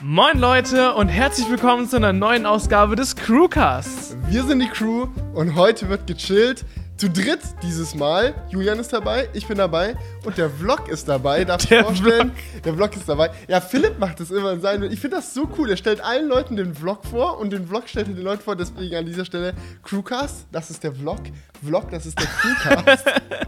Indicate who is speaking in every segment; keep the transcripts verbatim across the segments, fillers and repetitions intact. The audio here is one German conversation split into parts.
Speaker 1: Moin Leute und herzlich willkommen zu einer neuen Ausgabe des Crewcasts.
Speaker 2: Wir sind die Crew und heute wird gechillt. Zu dritt dieses Mal. Julian ist dabei, ich bin dabei und der Vlog ist dabei. Darf ich
Speaker 1: Der
Speaker 2: vorstellen?
Speaker 1: Vlog.
Speaker 2: Der Vlog ist dabei. Ja, Philipp macht das immer in seinen. Ich finde das so cool. Er stellt allen Leuten den Vlog vor und den Vlog stellt er den Leuten vor. Deswegen an dieser Stelle Crewcast, das ist der Vlog. Vlog, das ist der Crewcast.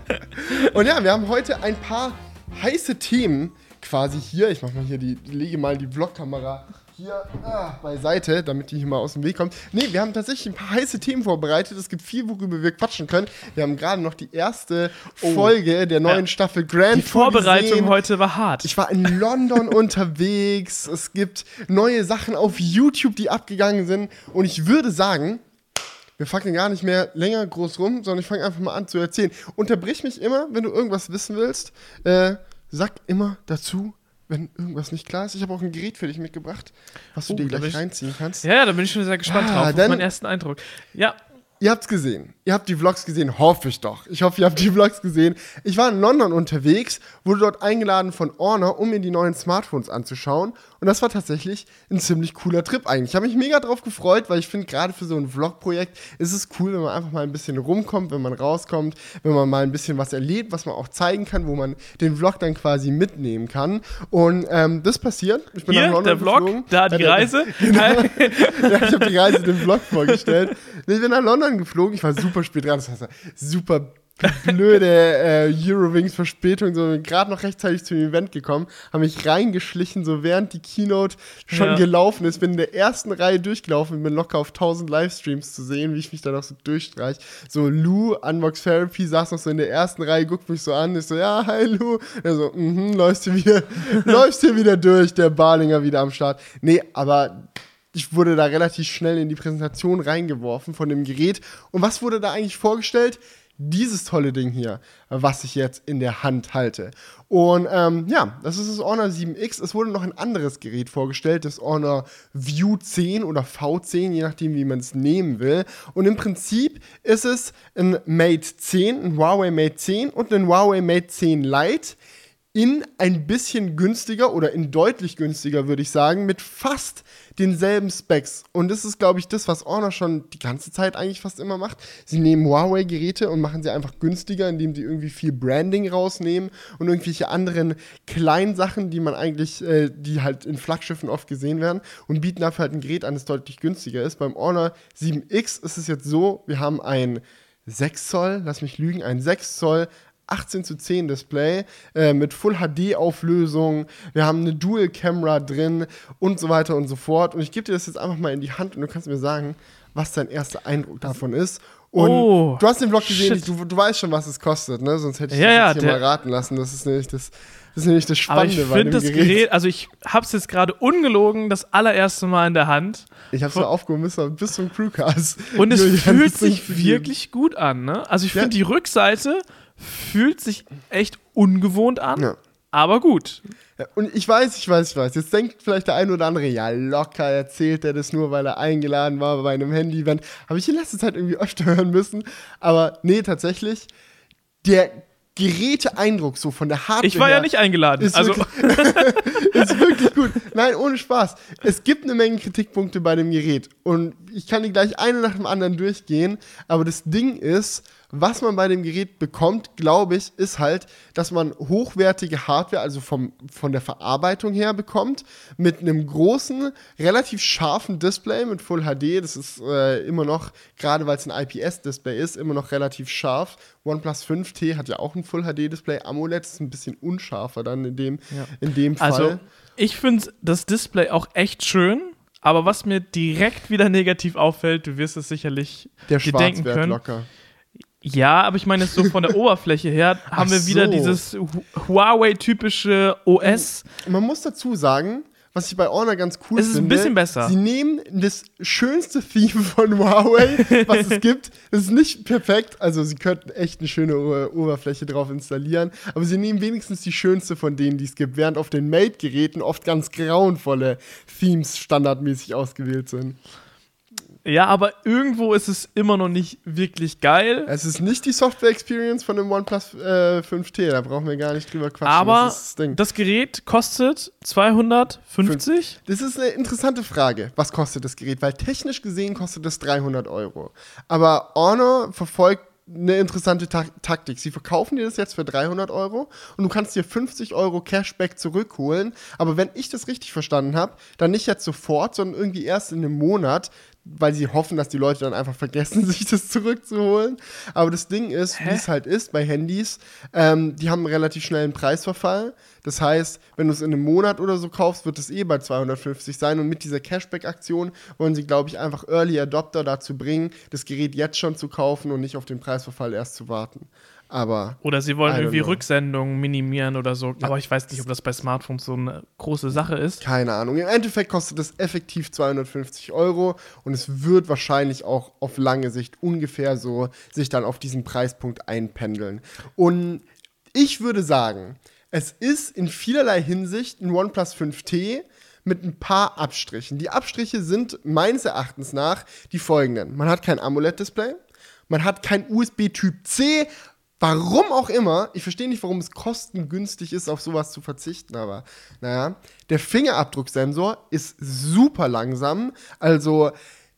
Speaker 2: Und ja, wir haben heute ein paar heiße Themen quasi hier. Ich mach mal hier die, lege mal die Vlogkamera hier ah, beiseite, damit die hier mal aus dem Weg kommt. Nee, wir haben tatsächlich ein paar heiße Themen vorbereitet. Es gibt viel, worüber wir quatschen können. Wir haben gerade noch die erste oh. Folge der neuen ja. Staffel Grand
Speaker 1: Die
Speaker 2: Tour
Speaker 1: Vorbereitung
Speaker 2: gesehen.
Speaker 1: heute war hart.
Speaker 2: Ich war in London unterwegs. Es gibt neue Sachen auf YouTube, die abgegangen sind. Und ich würde sagen, wir fangen gar nicht mehr länger groß rum, sondern ich fange einfach mal an zu erzählen. Unterbrich mich immer, wenn du irgendwas wissen willst. Äh, sag immer dazu, wenn irgendwas nicht klar ist. Ich habe auch ein Gerät für dich mitgebracht, was du
Speaker 1: oh,
Speaker 2: dir gleich
Speaker 1: ich,
Speaker 2: reinziehen kannst.
Speaker 1: Ja, ja, da bin ich schon sehr gespannt
Speaker 2: ah,
Speaker 1: drauf, auf meinen ersten Eindruck. Ja.
Speaker 2: Ihr habt's gesehen. Ihr habt die Vlogs gesehen, hoffe ich doch. Ich hoffe, ihr habt die Vlogs gesehen. Ich war in London unterwegs, wurde dort eingeladen von Honor, um mir die neuen Smartphones anzuschauen. Und das war tatsächlich ein ziemlich cooler Trip eigentlich. Ich habe mich mega drauf gefreut, weil ich finde, gerade für so ein Vlog-Projekt ist es cool, wenn man einfach mal ein bisschen rumkommt, wenn man rauskommt, wenn man mal ein bisschen was erlebt, was man auch zeigen kann, wo man den Vlog dann quasi mitnehmen kann. Und ähm, das passiert. Ich bin
Speaker 1: Hier,
Speaker 2: nach London
Speaker 1: der Vlog,
Speaker 2: geflogen.
Speaker 1: da die
Speaker 2: ja,
Speaker 1: Reise.
Speaker 2: Genau. Ja, ich habe die Reise dem Vlog vorgestellt. Ich bin nach London geflogen, ich war super spät dran, das heißt super blöde äh, Eurowings-Verspätung, so gerade noch rechtzeitig zum Event gekommen, habe mich reingeschlichen, so während die Keynote schon
Speaker 1: ja.
Speaker 2: gelaufen ist, bin in der ersten Reihe durchgelaufen, bin locker auf tausend Livestreams zu sehen, wie ich mich da noch so durchstreich. So Lou, Unbox Therapy, saß noch so in der ersten Reihe, guckt mich so an, ich so, ja, hi Lou, er so, mhm, läufst hier wieder, läufst hier wieder durch, der Barlinger wieder am Start. Nee, aber ich wurde da relativ schnell in die Präsentation reingeworfen von dem Gerät. Und was wurde da eigentlich vorgestellt? Dieses tolle Ding hier, was ich jetzt in der Hand halte. Und ähm, ja, das ist das Honor sieben X. Es wurde noch ein anderes Gerät vorgestellt, das Honor View zehn oder V zehn, je nachdem, wie man es nehmen will. Und im Prinzip ist es ein Mate zehn, ein Huawei Mate zehn und ein Huawei Mate zehn Lite in ein bisschen günstiger oder in deutlich günstiger, würde ich sagen, mit fast denselben Specs. Und das ist, glaube ich, das, was Honor schon die ganze Zeit eigentlich fast immer macht. Sie nehmen Huawei-Geräte und machen sie einfach günstiger, indem sie irgendwie viel Branding rausnehmen und irgendwelche anderen kleinen Sachen, die man eigentlich, äh, die halt in Flaggschiffen oft gesehen werden, und bieten dafür halt ein Gerät an, das deutlich günstiger ist. Beim Honor sieben X ist es jetzt so, wir haben ein sechs Zoll, lass mich lügen, ein sechs Zoll achtzehn zu zehn Display äh, mit Full H D-Auflösung. Wir haben eine Dual-Camera drin und so weiter und so fort. Und ich gebe dir das jetzt einfach mal in die Hand und du kannst mir sagen, was dein erster Eindruck davon ist. Und
Speaker 1: oh,
Speaker 2: du hast den Vlog gesehen,
Speaker 1: shit.
Speaker 2: du, du weißt schon, was es kostet, ne? Sonst hätte ich
Speaker 1: ja,
Speaker 2: das
Speaker 1: ja,
Speaker 2: jetzt hier
Speaker 1: der,
Speaker 2: mal raten lassen. Das ist nämlich das, das, ist nämlich das Spannende
Speaker 1: aber ich
Speaker 2: bei dem
Speaker 1: das
Speaker 2: Gerät.
Speaker 1: Gerät. Also ich hab's jetzt gerade ungelogen das allererste Mal in der Hand.
Speaker 2: Ich hab's so aufgehoben müssen, bis zum Crewcast.
Speaker 1: Und es
Speaker 2: Julian,
Speaker 1: fühlt sich wirklich gut an, ne? Also ich finde,
Speaker 2: ja.
Speaker 1: die Rückseite fühlt sich echt ungewohnt an, ja. aber gut.
Speaker 2: Ja, und ich weiß, ich weiß, ich weiß. Jetzt denkt vielleicht der ein oder andere, ja, locker erzählt er das nur, weil er eingeladen war bei einem Handy-Event. Habe ich in letzter Zeit irgendwie öfter hören müssen. Aber nee, tatsächlich, der Geräteeindruck so von der Hardware.
Speaker 1: Ich war ja nicht eingeladen.
Speaker 2: Ist,
Speaker 1: also.
Speaker 2: wirklich, ist wirklich gut. Nein, ohne Spaß. Es gibt eine Menge Kritikpunkte bei dem Gerät. Und ich kann die gleich eine nach dem anderen durchgehen. Aber das Ding ist, was man bei dem Gerät bekommt, glaube ich, ist halt, dass man hochwertige Hardware, also vom, von der Verarbeitung her bekommt, mit einem großen, relativ scharfen Display mit Full H D. Das ist äh, immer noch, gerade weil es ein I P S-Display ist, immer noch relativ scharf. OnePlus fünf T hat ja auch ein Full H D-Display. AMOLED ist ein bisschen unscharfer dann in dem, ja. in dem Fall.
Speaker 1: Also, ich finde das Display auch echt schön. Aber was mir direkt wieder negativ auffällt, du wirst es sicherlich
Speaker 2: der
Speaker 1: dir denken können.
Speaker 2: Locker.
Speaker 1: Ja, aber ich meine, so von der Oberfläche her haben wir wieder so. dieses Huawei-typische O S.
Speaker 2: Man muss dazu sagen, was ich bei Honor ganz cool finde.
Speaker 1: Es ist ein bisschen besser.
Speaker 2: Sie nehmen das schönste Theme von Huawei, was es gibt. Es ist nicht perfekt, also sie könnten echt eine schöne o- Oberfläche drauf installieren, aber sie nehmen wenigstens die schönste von denen, die es gibt, während auf den Mate-Geräten oft ganz grauenvolle Themes standardmäßig ausgewählt sind.
Speaker 1: Ja, aber irgendwo ist es immer noch nicht wirklich geil.
Speaker 2: Es ist nicht die Software-Experience von dem OnePlus äh, fünf T, da brauchen wir gar nicht drüber quatschen.
Speaker 1: Aber
Speaker 2: das, ist das, Ding.
Speaker 1: das Gerät kostet zweihundertfünfzig.
Speaker 2: Das ist eine interessante Frage. Was kostet das Gerät? Weil technisch gesehen kostet es dreihundert Euro. Aber Honor verfolgt eine interessante Ta- Taktik. Sie verkaufen dir das jetzt für dreihundert Euro und du kannst dir fünfzig Euro Cashback zurückholen. Aber wenn ich das richtig verstanden habe, dann nicht jetzt sofort, sondern irgendwie erst in einem Monat, weil sie hoffen, dass die Leute dann einfach vergessen, sich das zurückzuholen. Aber das Ding ist, wie es halt ist bei Handys, ähm, die haben einen relativ schnellen Preisverfall. Das heißt, wenn du es in einem Monat oder so kaufst, wird es eh bei zweihundertfünfzig sein. Und mit dieser Cashback-Aktion wollen sie, glaube ich, einfach Early Adopter dazu bringen, das Gerät jetzt schon zu kaufen und nicht auf den Preisverfall erst zu warten. Aber
Speaker 1: Oder sie wollen
Speaker 2: I don't
Speaker 1: irgendwie
Speaker 2: know.
Speaker 1: Rücksendungen minimieren oder so. Aber ich weiß nicht, ob das bei Smartphones so eine große Sache ist.
Speaker 2: Keine Ahnung. Im Endeffekt kostet es effektiv zweihundertfünfzig Euro und es wird wahrscheinlich auch auf lange Sicht ungefähr so sich dann auf diesen Preispunkt einpendeln. Und ich würde sagen, es ist in vielerlei Hinsicht ein OnePlus fünf T mit ein paar Abstrichen. Die Abstriche sind meines Erachtens nach die folgenden. Man hat kein AMOLED-Display, man hat kein U S B-Typ C. Warum auch immer, ich verstehe nicht, warum es kostengünstig ist, auf sowas zu verzichten, aber naja, der Fingerabdrucksensor ist super langsam, also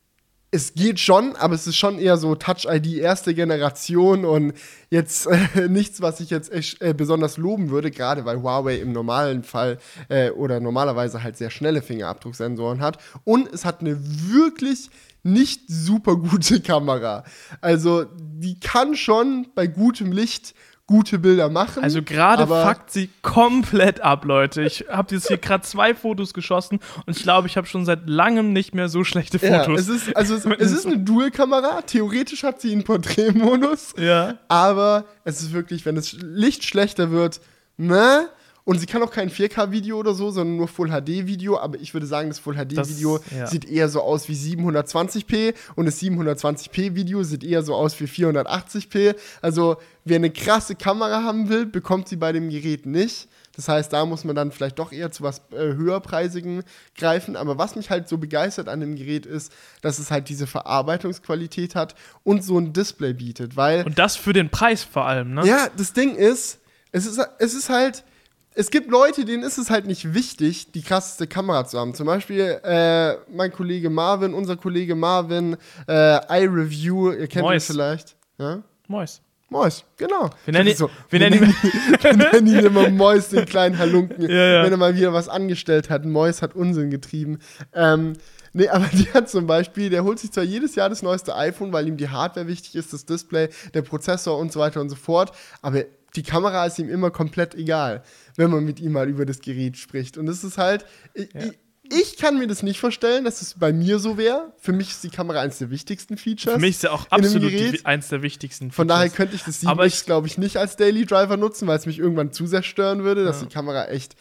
Speaker 2: es geht schon, aber es ist schon eher so Touch-I D erste Generation und jetzt äh, nichts, was ich jetzt echt, äh, besonders loben würde, gerade weil Huawei im normalen Fall äh, oder normalerweise halt sehr schnelle Fingerabdrucksensoren hat und es hat eine wirklich nicht super gute Kamera. Also die kann schon bei gutem Licht gute Bilder machen.
Speaker 1: Also gerade
Speaker 2: aber
Speaker 1: fuckt sie komplett ab, Leute. Ich habe jetzt hier gerade zwei Fotos geschossen und ich glaube, ich habe schon seit langem nicht mehr so schlechte
Speaker 2: ja,
Speaker 1: Fotos.
Speaker 2: es ist, also es, es ist eine Dual-Kamera. Theoretisch hat sie einen Porträtmodus.
Speaker 1: Ja.
Speaker 2: Aber es ist wirklich, wenn das Licht schlechter wird, ne? Und sie kann auch kein vier K-Video oder so, sondern nur Full-H D-Video. Aber ich würde sagen, das Full-H D-Video
Speaker 1: ja.
Speaker 2: sieht eher so aus wie siebenhundertzwanzig p und das siebenhundertzwanzig p-Video sieht eher so aus wie vierhundertachtzig p. Also, wer eine krasse Kamera haben will, bekommt sie bei dem Gerät nicht. Das heißt, da muss man dann vielleicht doch eher zu was äh, höherpreisigen greifen. Aber was mich halt so begeistert an dem Gerät ist, dass es halt diese Verarbeitungsqualität hat und so ein Display bietet. Weil
Speaker 1: Und das für den Preis vor allem, ne?
Speaker 2: ja, das Ding ist, es ist, es ist halt, es gibt Leute, denen ist es halt nicht wichtig, die krasseste Kamera zu haben. Zum Beispiel äh, mein Kollege Marvin, unser Kollege Marvin, äh, iReview, ihr kennt ihn
Speaker 1: Mois.
Speaker 2: vielleicht. Ja?
Speaker 1: Mois.
Speaker 2: Mois, genau.
Speaker 1: Wir nennen ihn-
Speaker 2: so,
Speaker 1: wir
Speaker 2: wir
Speaker 1: nennen
Speaker 2: nennen wir nennen ihn immer Mois, den kleinen Halunken,
Speaker 1: Ja, ja.
Speaker 2: wenn er mal wieder was angestellt hat. Mois hat Unsinn getrieben. Ähm, nee, aber die hat zum Beispiel, der holt sich zwar jedes Jahr das neueste iPhone, weil ihm die Hardware wichtig ist, das Display, der Prozessor und so weiter und so fort, aber die Kamera ist ihm immer komplett egal, wenn man mit ihm mal über das Gerät spricht. Und das ist halt, ich,
Speaker 1: Ja.
Speaker 2: ich, ich kann mir das nicht vorstellen, dass es bei mir so wäre. Für mich ist die Kamera eines der wichtigsten Features.
Speaker 1: Für mich ist ja auch
Speaker 2: in einem
Speaker 1: absolut
Speaker 2: Gerät.
Speaker 1: die, eins der wichtigsten
Speaker 2: Von daher
Speaker 1: Features.
Speaker 2: könnte ich das
Speaker 1: Aber
Speaker 2: sieben X,
Speaker 1: ich-
Speaker 2: glaube ich, nicht als Daily Driver nutzen, weil es mich irgendwann zu sehr stören würde, dass
Speaker 1: Ja.
Speaker 2: die Kamera echt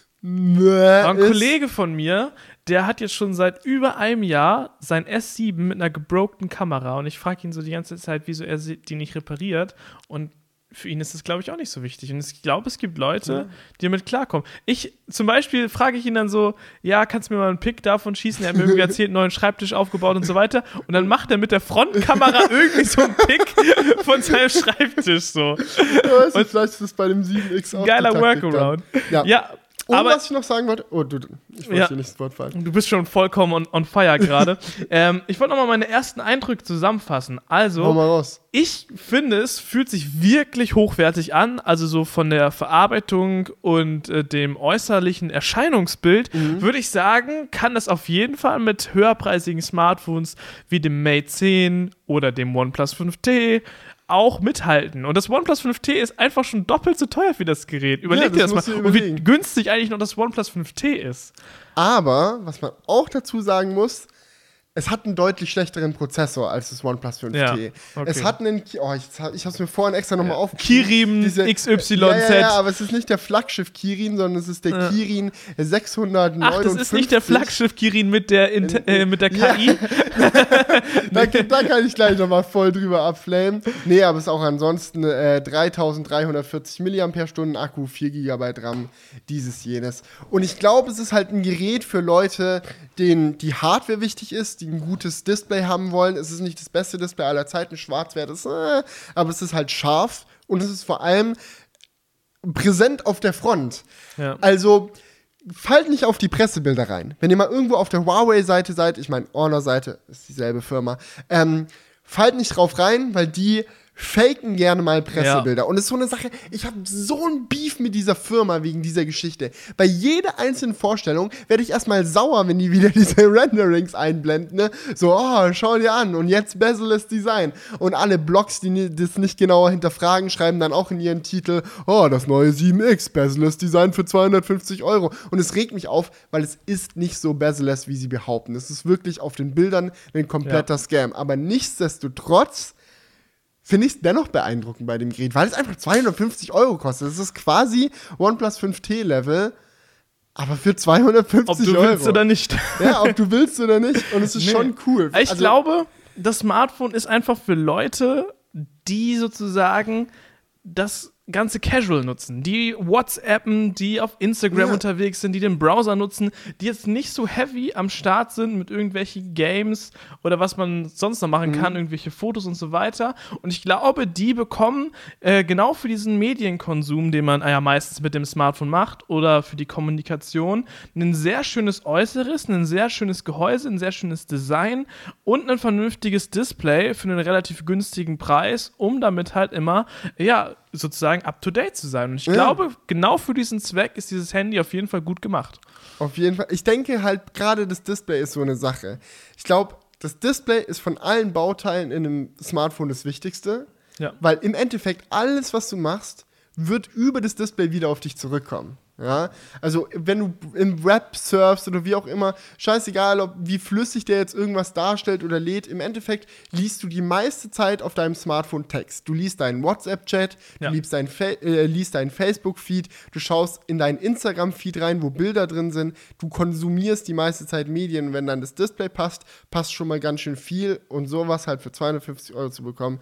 Speaker 2: mäh
Speaker 1: Aber ein
Speaker 2: ist.
Speaker 1: Kollege von mir, der hat jetzt schon seit über einem Jahr sein S sieben mit einer gebrokten Kamera und ich frage ihn so die ganze Zeit, wieso er sie- die nicht repariert und für ihn ist das, glaube ich, auch nicht so wichtig. Und ich glaube, es gibt Leute, die damit klarkommen. Ich, zum Beispiel, frage ich ihn dann so, ja, kannst du mir mal einen Pick davon schießen? Er hat mir irgendwie erzählt, einen neuen Schreibtisch aufgebaut und so weiter. Und dann macht er mit der Frontkamera irgendwie so einen Pick von seinem Schreibtisch so.
Speaker 2: Ja, weißt du, vielleicht ist das bei dem sieben X auch
Speaker 1: Geiler
Speaker 2: die Taktik
Speaker 1: Workaround.
Speaker 2: dann. Ja.
Speaker 1: Ja,
Speaker 2: Und
Speaker 1: aber
Speaker 2: was ich noch sagen wollte, oh, du, ich wollte
Speaker 1: Ja.
Speaker 2: dir nicht ins Wort fallen.
Speaker 1: du bist schon vollkommen on, on fire gerade. ähm, ich wollte nochmal meine ersten Eindrücke zusammenfassen. Also,
Speaker 2: Hau mal raus.
Speaker 1: ich finde, es fühlt sich wirklich hochwertig an, also so von der Verarbeitung und äh, dem äußerlichen Erscheinungsbild,
Speaker 2: Mhm.
Speaker 1: würde ich sagen, kann das auf jeden Fall mit höherpreisigen Smartphones wie dem Mate zehn oder dem OnePlus fünf T auch mithalten. Und das OnePlus fünf T ist einfach schon doppelt so teuer wie das Gerät. Überleg
Speaker 2: Ja,
Speaker 1: dir
Speaker 2: das
Speaker 1: das
Speaker 2: musst
Speaker 1: mal.
Speaker 2: du
Speaker 1: Und wie
Speaker 2: überlegen.
Speaker 1: günstig eigentlich noch das OnePlus fünf T ist.
Speaker 2: Aber, was man auch dazu sagen muss, es hat einen deutlich schlechteren Prozessor als das OnePlus fünf T.
Speaker 1: Ja, okay.
Speaker 2: Es hat einen, Ki- oh, ich, ich habe es mir vorhin extra nochmal
Speaker 1: Ja.
Speaker 2: aufgeschrieben.
Speaker 1: Kirin
Speaker 2: Diese-
Speaker 1: X Y
Speaker 2: Ja, ja,
Speaker 1: Z.
Speaker 2: ja, aber es ist nicht der Flaggschiff Kirin, sondern es ist der
Speaker 1: Ja.
Speaker 2: Kirin sechshundertneunundfünfzig.
Speaker 1: Ach, das ist nicht der Flaggschiff Kirin mit der, Int- äh, mit der K I.
Speaker 2: Da, da kann ich gleich nochmal voll drüber abflamen. Nee, aber es ist auch ansonsten äh, dreitausenddreihundertvierzig Milliampere-Stunden Akku, vier Gigabyte RAM, dieses, jenes. Und ich glaube, es ist halt ein Gerät für Leute, denen die Hardware wichtig ist, die ein gutes Display haben wollen. Es ist nicht das beste Display aller Zeiten, Schwarzwert ist, äh, aber es ist halt scharf und es ist vor allem präsent auf der Front.
Speaker 1: Ja.
Speaker 2: Also fallt nicht auf die Pressebilder rein. Wenn ihr mal irgendwo auf der Huawei-Seite seid, ich meine, Honor-Seite ist dieselbe Firma, ähm, fallt nicht drauf rein, weil die faken gerne mal Pressebilder. Ja. Und es ist so eine Sache, ich habe so ein Beef mit dieser Firma wegen dieser Geschichte. Bei jeder einzelnen Vorstellung werde ich erstmal sauer, wenn die wieder diese Renderings einblenden. Ne? So, oh, schau dir an. Und jetzt bezel-less Design. Und alle Blogs, die das nicht genauer hinterfragen, schreiben dann auch in ihren Titel, oh, das neue sieben X, bezel-less Design für zweihundertfünfzig Euro. Und es regt mich auf, weil es ist nicht so bezel-less, wie sie behaupten. Es ist wirklich auf den Bildern ein kompletter ja. Scam. Aber nichtsdestotrotz finde ich es dennoch beeindruckend bei dem Gerät, weil es einfach zweihundertfünfzig Euro kostet. Das ist quasi OnePlus fünf T Level, aber für zweihundertfzig Euro.
Speaker 1: Ob du willst oder nicht.
Speaker 2: Ja, ob du willst oder nicht. Und es ist nee. schon cool.
Speaker 1: Ich also, glaube, das Smartphone ist einfach für Leute, die sozusagen das ganze Casual nutzen, die WhatsAppen, die auf Instagram ja. unterwegs sind, die den Browser nutzen, die jetzt nicht so heavy am Start sind mit irgendwelchen Games oder was man sonst noch machen kann, mhm. irgendwelche Fotos und so weiter. Und ich glaube, die bekommen äh, genau für diesen Medienkonsum, den man äh, ja meistens mit dem Smartphone macht oder für die Kommunikation, ein sehr schönes Äußeres, ein sehr schönes Gehäuse, ein sehr schönes Design und ein vernünftiges Display für einen relativ günstigen Preis, um damit halt immer, ja, sozusagen up-to-date zu sein. Und ich ja. glaube, genau für diesen Zweck ist dieses Handy auf jeden Fall gut gemacht.
Speaker 2: Auf jeden Fall. Ich denke halt, gerade das Display ist so eine Sache. Ich glaube, das Display ist von allen Bauteilen in einem Smartphone das Wichtigste. Ja. Weil im Endeffekt alles, was du machst, wird über das Display wieder auf dich zurückkommen. Ja, also wenn du im Web surfst oder wie auch immer, scheißegal, ob wie flüssig der jetzt irgendwas darstellt oder lädt, im Endeffekt liest du die meiste Zeit auf deinem Smartphone Text. Du liest deinen WhatsApp-Chat, ja. du liest deinen, Fa- äh, liest deinen Facebook-Feed, du schaust in deinen Instagram-Feed rein, wo Bilder drin sind, du konsumierst die meiste Zeit Medien und wenn dann das Display passt, passt schon mal ganz schön viel und sowas halt für zweihundertfünfzig Euro zu bekommen.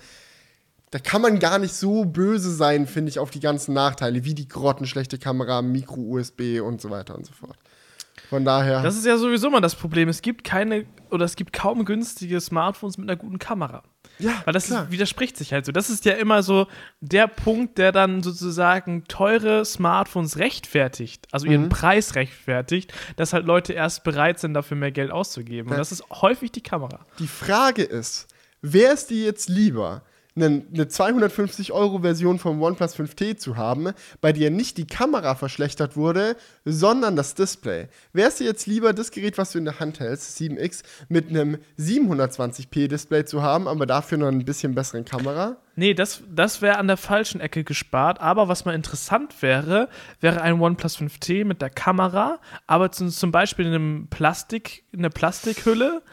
Speaker 2: Da kann man gar nicht so böse sein, finde ich, auf die ganzen Nachteile, wie die grottenschlechte Kamera, Micro-U S B und so weiter und so fort. Von daher.
Speaker 1: Das ist ja sowieso mal das Problem. Es gibt keine oder es gibt kaum günstige Smartphones mit einer guten Kamera.
Speaker 2: Ja,
Speaker 1: weil das
Speaker 2: klar.
Speaker 1: Ist, widerspricht sich halt so. Das ist ja immer so der Punkt, der dann sozusagen teure Smartphones rechtfertigt, also ihren mhm. Preis rechtfertigt, dass halt Leute erst bereit sind, dafür mehr Geld auszugeben. Ja. Und das ist häufig die Kamera.
Speaker 2: Die Frage ist, wer ist dir jetzt lieber? Eine, eine zweihundertfünfzig Euro Version vom OnePlus fünf T zu haben, bei der nicht die Kamera verschlechtert wurde, sondern das Display. Wärst du jetzt lieber das Gerät, was du in der Hand hältst, sieben X, mit einem siebenhundertzwanzig p Display zu haben, aber dafür noch ein bisschen besseren Kamera?
Speaker 1: Nee, das, das wäre an der falschen Ecke gespart, aber was mal interessant wäre, wäre ein OnePlus fünf T mit der Kamera, aber zum, zum Beispiel in einem Plastik, in einer Plastikhülle.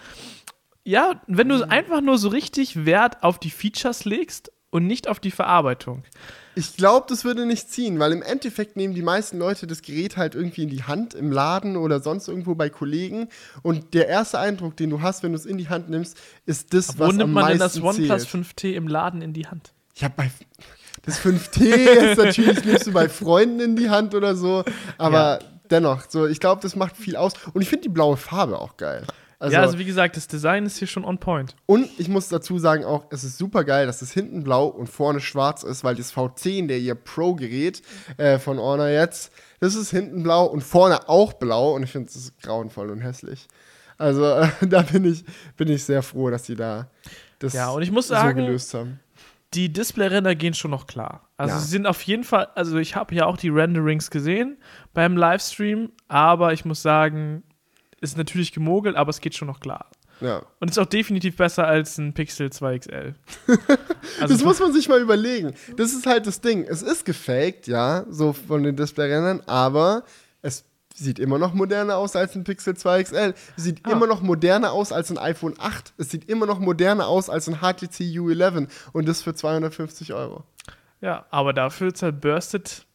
Speaker 1: Ja, wenn du einfach nur so richtig Wert auf die Features legst und nicht auf die Verarbeitung.
Speaker 2: Ich glaube, das würde nicht ziehen, weil im Endeffekt nehmen die meisten Leute das Gerät halt irgendwie in die Hand im Laden oder sonst irgendwo bei Kollegen und der erste Eindruck, den du hast, wenn du es in die Hand nimmst, ist das,
Speaker 1: aber
Speaker 2: was am meisten zählt.
Speaker 1: Wo nimmt man denn das OnePlus fünf T im Laden in die Hand?
Speaker 2: Ja, bei das fünf T ist natürlich nimmst du bei Freunden in die Hand oder so, aber ja. dennoch, so ich glaube, das macht viel aus und ich finde die blaue Farbe auch geil.
Speaker 1: Also, ja, also wie gesagt, das Design ist hier schon on point.
Speaker 2: Und ich muss dazu sagen auch, es ist super geil, dass es hinten blau und vorne schwarz ist, weil das V zehn, der ihr Pro-Gerät äh, von Honor jetzt, das ist hinten blau und vorne auch blau und ich finde, es ist grauenvoll und hässlich. Also äh, da bin ich, bin ich sehr froh, dass sie da das
Speaker 1: ja, und ich muss sagen,
Speaker 2: so gelöst haben.
Speaker 1: Die Display-Render gehen schon noch klar. Also
Speaker 2: ja.
Speaker 1: sie sind auf jeden Fall, also ich habe ja auch die Renderings gesehen beim Livestream, aber ich muss sagen, ist natürlich gemogelt, aber es geht schon noch klar.
Speaker 2: Ja.
Speaker 1: Und ist auch definitiv besser als ein Pixel zwei X L.
Speaker 2: Also das muss man sich mal überlegen. Das ist halt das Ding. Es ist gefaked, ja, so von den Display-Rändern, aber es sieht immer noch moderner aus als ein Pixel zwei X L. Es sieht ah. immer noch moderner aus als ein iPhone acht. Es sieht immer noch moderner aus als ein H T C U elf und das für zweihundertfünfzig Euro.
Speaker 1: Ja, aber dafür zerburstet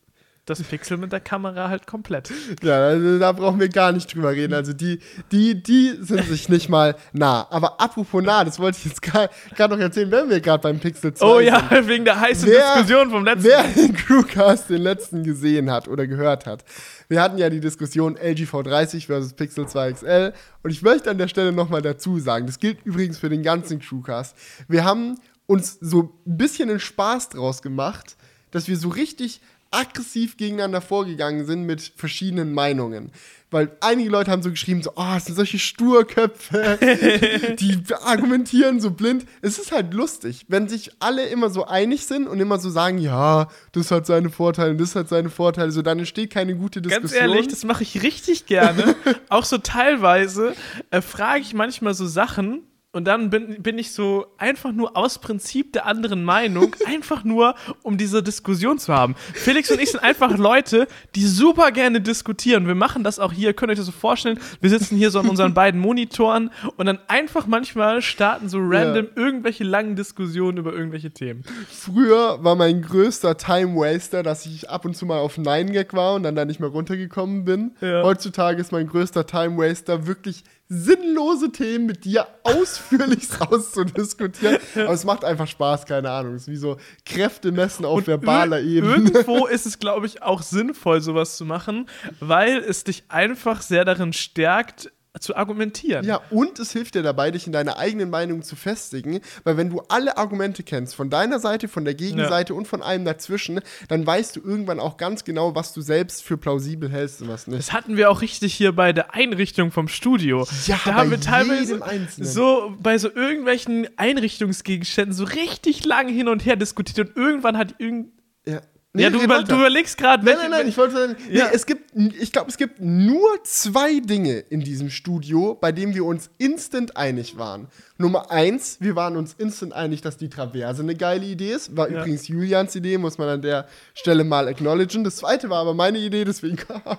Speaker 1: das Pixel mit der Kamera halt komplett.
Speaker 2: Ja, also da brauchen wir gar nicht drüber reden. Also die, die, die sind sich nicht mal nah. Aber apropos nah, das wollte ich jetzt gerade noch erzählen, wenn wir gerade beim Pixel zwei
Speaker 1: Oh ja,
Speaker 2: sind.
Speaker 1: wegen der heißen
Speaker 2: Wer-
Speaker 1: Diskussion vom letzten
Speaker 2: Wer den Crewcast, den letzten, gesehen hat oder gehört hat, wir hatten ja die Diskussion L G V dreißig versus Pixel zwei X L und ich möchte an der Stelle nochmal dazu sagen, das gilt übrigens für den ganzen Crewcast, wir haben uns so ein bisschen den Spaß draus gemacht, dass wir so richtig aggressiv gegeneinander vorgegangen sind mit verschiedenen Meinungen. Weil einige Leute haben so geschrieben, so, oh, es sind solche Sturköpfe, die argumentieren so blind. Es ist halt lustig, wenn sich alle immer so einig sind und immer so sagen, ja, das hat seine Vorteile und das hat seine Vorteile, so dann entsteht keine gute Diskussion.
Speaker 1: Ganz ehrlich, das mache ich richtig gerne. Auch so teilweise äh, frage ich manchmal so Sachen und dann bin, bin ich so einfach nur aus Prinzip der anderen Meinung, einfach nur, um diese Diskussion zu haben. Felix und ich sind einfach Leute, die super gerne diskutieren. Wir machen das auch hier, könnt ihr euch das so vorstellen. Wir sitzen hier so an unseren beiden Monitoren und dann einfach manchmal starten so random ja. irgendwelche langen Diskussionen über irgendwelche Themen.
Speaker 2: Früher war mein größter Time-Waster, dass ich ab und zu mal auf Nine-Gag war und dann da nicht mehr runtergekommen bin. Ja. Heutzutage ist mein größter Time-Waster wirklich sinnlose Themen mit dir ausführlich auszudiskutieren. Aber es macht einfach Spaß, keine Ahnung. Es ist wie so Kräfte messen auf
Speaker 1: und
Speaker 2: verbaler
Speaker 1: ir-
Speaker 2: Ebene.
Speaker 1: Irgendwo ist es, glaube ich, auch sinnvoll, sowas zu machen, weil es dich einfach sehr darin stärkt, zu argumentieren.
Speaker 2: Ja, und es hilft dir dabei, dich in deiner eigenen Meinung zu festigen, weil wenn du alle Argumente kennst, von deiner Seite, von der Gegenseite ja. und von allem dazwischen, dann weißt du irgendwann auch ganz genau, was du selbst für plausibel hältst und was nicht.
Speaker 1: Das hatten wir auch richtig hier bei der Einrichtung vom Studio.
Speaker 2: Ja,
Speaker 1: da
Speaker 2: bei
Speaker 1: haben wir teilweise
Speaker 2: jedem Einzelnen.
Speaker 1: so bei so irgendwelchen Einrichtungsgegenständen so richtig lang hin und her diskutiert und irgendwann hat irgend
Speaker 2: ja.
Speaker 1: Nee, ja, du, über, du überlegst gerade,
Speaker 2: Nein, nein, nein, ich wollte sagen,
Speaker 1: ja.
Speaker 2: nee, es gibt, ich glaube, es gibt nur zwei Dinge in diesem Studio, bei denen wir uns instant einig waren. Nummer eins, wir waren uns instant einig, dass die Traverse eine geile Idee ist. War ja. übrigens Julians Idee, muss man an der Stelle mal acknowledgen. Das zweite war aber meine Idee, deswegen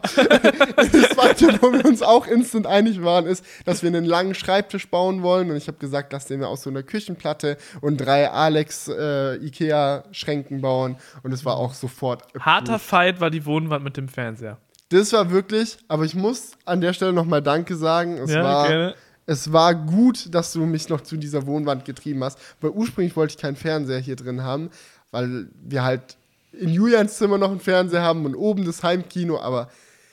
Speaker 2: das zweite, wo wir uns auch instant einig waren, ist, dass wir einen langen Schreibtisch bauen wollen. Und ich habe gesagt, lass den wir aus so einer Küchenplatte und drei Alex äh, Ikea-Schränken bauen. Und es war auch sofort approved.
Speaker 1: Harter Fight war die Wohnwand mit dem Fernseher.
Speaker 2: Das war wirklich, aber ich muss an der Stelle nochmal Danke sagen. Es
Speaker 1: ja,
Speaker 2: war
Speaker 1: gerne.
Speaker 2: Es war gut, dass du mich noch zu dieser Wohnwand getrieben hast, weil ursprünglich wollte ich keinen Fernseher hier drin haben, weil wir halt in Julians Zimmer noch einen Fernseher haben und oben das Heimkino, aber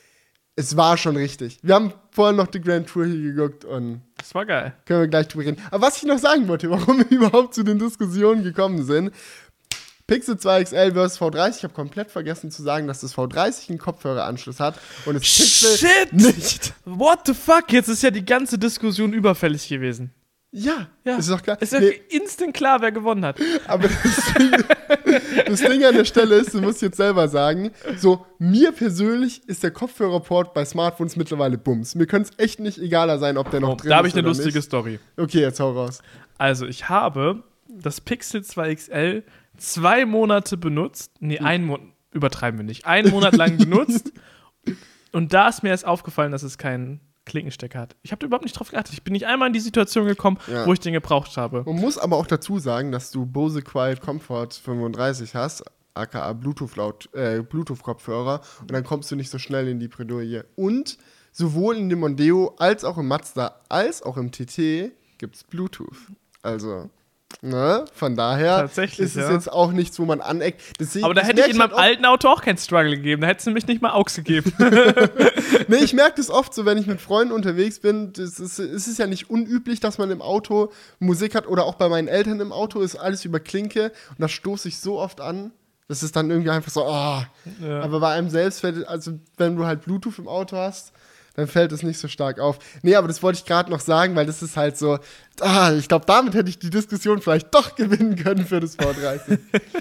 Speaker 2: es war schon richtig. Wir haben vorhin noch die Grand Tour hier geguckt und
Speaker 1: das war geil.
Speaker 2: Können wir gleich drüber reden. Aber was ich noch sagen wollte, warum wir überhaupt zu den Diskussionen gekommen sind, Pixel zwei X L versus V dreißig. Ich habe komplett vergessen zu sagen, dass das V dreißig einen Kopfhöreranschluss hat und das Pixel
Speaker 1: Shit!
Speaker 2: nicht.
Speaker 1: What the fuck? Jetzt ist ja die ganze Diskussion überfällig gewesen.
Speaker 2: Ja,
Speaker 1: ja.
Speaker 2: Ist doch klar.
Speaker 1: Ist ja
Speaker 2: nee.
Speaker 1: instant klar, wer gewonnen hat.
Speaker 2: Aber das Ding, das Ding an der Stelle ist, du musst jetzt selber sagen, so, mir persönlich ist der Kopfhörerport bei Smartphones mittlerweile Bums. Mir könnte es echt nicht egaler sein, ob der noch
Speaker 1: oh,
Speaker 2: drin ist.
Speaker 1: Da habe ich eine
Speaker 2: oder
Speaker 1: lustige
Speaker 2: nicht.
Speaker 1: Story.
Speaker 2: Okay, jetzt hau raus.
Speaker 1: Also, ich habe das Pixel zwei X L zwei Monate benutzt. Nee, hm. einen Monat, übertreiben wir nicht. Einen Monat lang benutzt. Und da ist mir erst aufgefallen, dass es keinen Klinkenstecker hat. Ich habe da überhaupt nicht drauf geachtet. Ich bin nicht einmal in die Situation gekommen, ja. wo ich den gebraucht habe.
Speaker 2: Man muss aber auch dazu sagen, dass du Bose Quiet Comfort fünfunddreißig hast, aka Bluetooth-Laut, äh, Bluetooth-Kopfhörer, und dann kommst du nicht so schnell in die Bredouille. Und sowohl in dem Mondeo als auch im Mazda als auch im T T gibt es Bluetooth. Also, ne, von daher ist es
Speaker 1: ja.
Speaker 2: jetzt auch nichts, wo man aneckt. Deswegen,
Speaker 1: aber da hätte ich in meinem alten Auto auch keinen Struggle gegeben. Da hättest du mich nicht mal Aux gegeben.
Speaker 2: Nee, ich merke das oft so, wenn ich mit Freunden unterwegs bin. Das ist, es ist ja nicht unüblich, dass man im Auto Musik hat oder auch bei meinen Eltern im Auto ist alles über Klinke und das stoße ich so oft an. Das ist dann irgendwie einfach so, oh. Ja. Aber bei einem selbst fällt, also wenn du halt Bluetooth im Auto hast, dann fällt es nicht so stark auf. Nee, aber das wollte ich gerade noch sagen, weil das ist halt so, ah, ich glaube, damit hätte ich die Diskussion vielleicht doch gewinnen können für das V dreißig.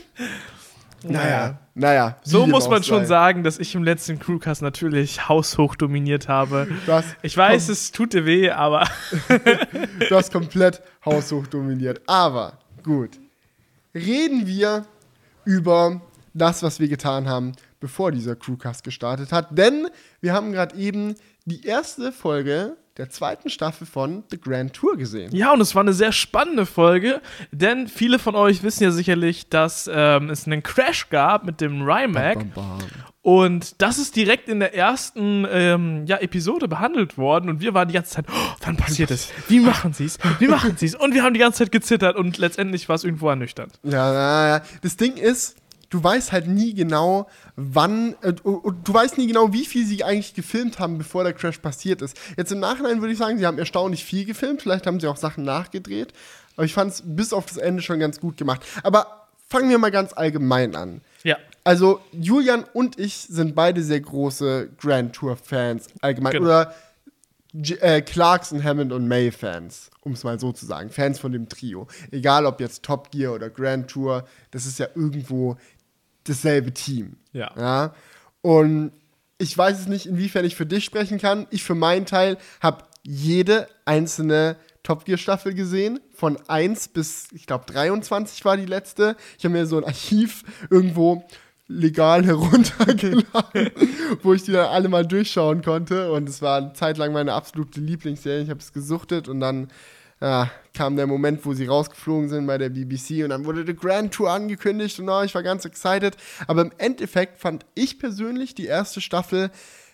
Speaker 2: Naja, naja.
Speaker 1: So muss man schon sagen, dass ich im letzten Crewcast natürlich haushoch dominiert habe.
Speaker 2: Das
Speaker 1: ich weiß, es tut dir weh, aber
Speaker 2: du hast komplett haushoch dominiert. Aber gut, reden wir über das, was wir getan haben, bevor dieser Crewcast gestartet hat. Denn wir haben gerade eben die erste Folge der zweiten Staffel von The Grand Tour gesehen.
Speaker 1: Ja, und es war eine sehr spannende Folge, denn viele von euch wissen ja sicherlich, dass ähm, es einen Crash gab mit dem Rimac.
Speaker 2: Bam, bam, bam.
Speaker 1: Und das ist direkt in der ersten ähm, ja, Episode behandelt worden. Und wir waren die ganze Zeit, oh, wann passiert es? Wie machen sie es? Wie machen sie es? Und wir haben die ganze Zeit gezittert und letztendlich war es irgendwo ernüchternd.
Speaker 2: Ja, na, ja. Das Ding ist, du weißt halt nie genau, wann, äh, und du weißt nie genau, wie viel sie eigentlich gefilmt haben, bevor der Crash passiert ist. Jetzt im Nachhinein würde ich sagen, sie haben erstaunlich viel gefilmt, vielleicht haben sie auch Sachen nachgedreht, aber ich fand es bis auf das Ende schon ganz gut gemacht. Aber fangen wir mal ganz allgemein an.
Speaker 1: Ja.
Speaker 2: Also, Julian und ich sind beide sehr große Grand Tour-Fans allgemein.
Speaker 1: Genau.
Speaker 2: Oder J- äh, Clarkson, Hammond und May-Fans, um es mal so zu sagen. Fans von dem Trio. Egal ob jetzt Top Gear oder Grand Tour, das ist ja irgendwo dasselbe Team.
Speaker 1: Ja.
Speaker 2: ja? Und ich weiß es nicht, inwiefern ich für dich sprechen kann. Ich für meinen Teil habe jede einzelne Top Gear Staffel gesehen. Von eins bis, ich glaube, dreiundzwanzig war die letzte. Ich habe mir so ein Archiv irgendwo legal heruntergeladen, wo ich die dann alle mal durchschauen konnte. Und es war eine Zeit lang meine absolute Lieblingsserie. Ich habe es gesuchtet und dann ja, kam der Moment, wo sie rausgeflogen sind bei der B B C und dann wurde die Grand Tour angekündigt und oh, ich war ganz excited. Aber im Endeffekt fand ich persönlich die erste Staffel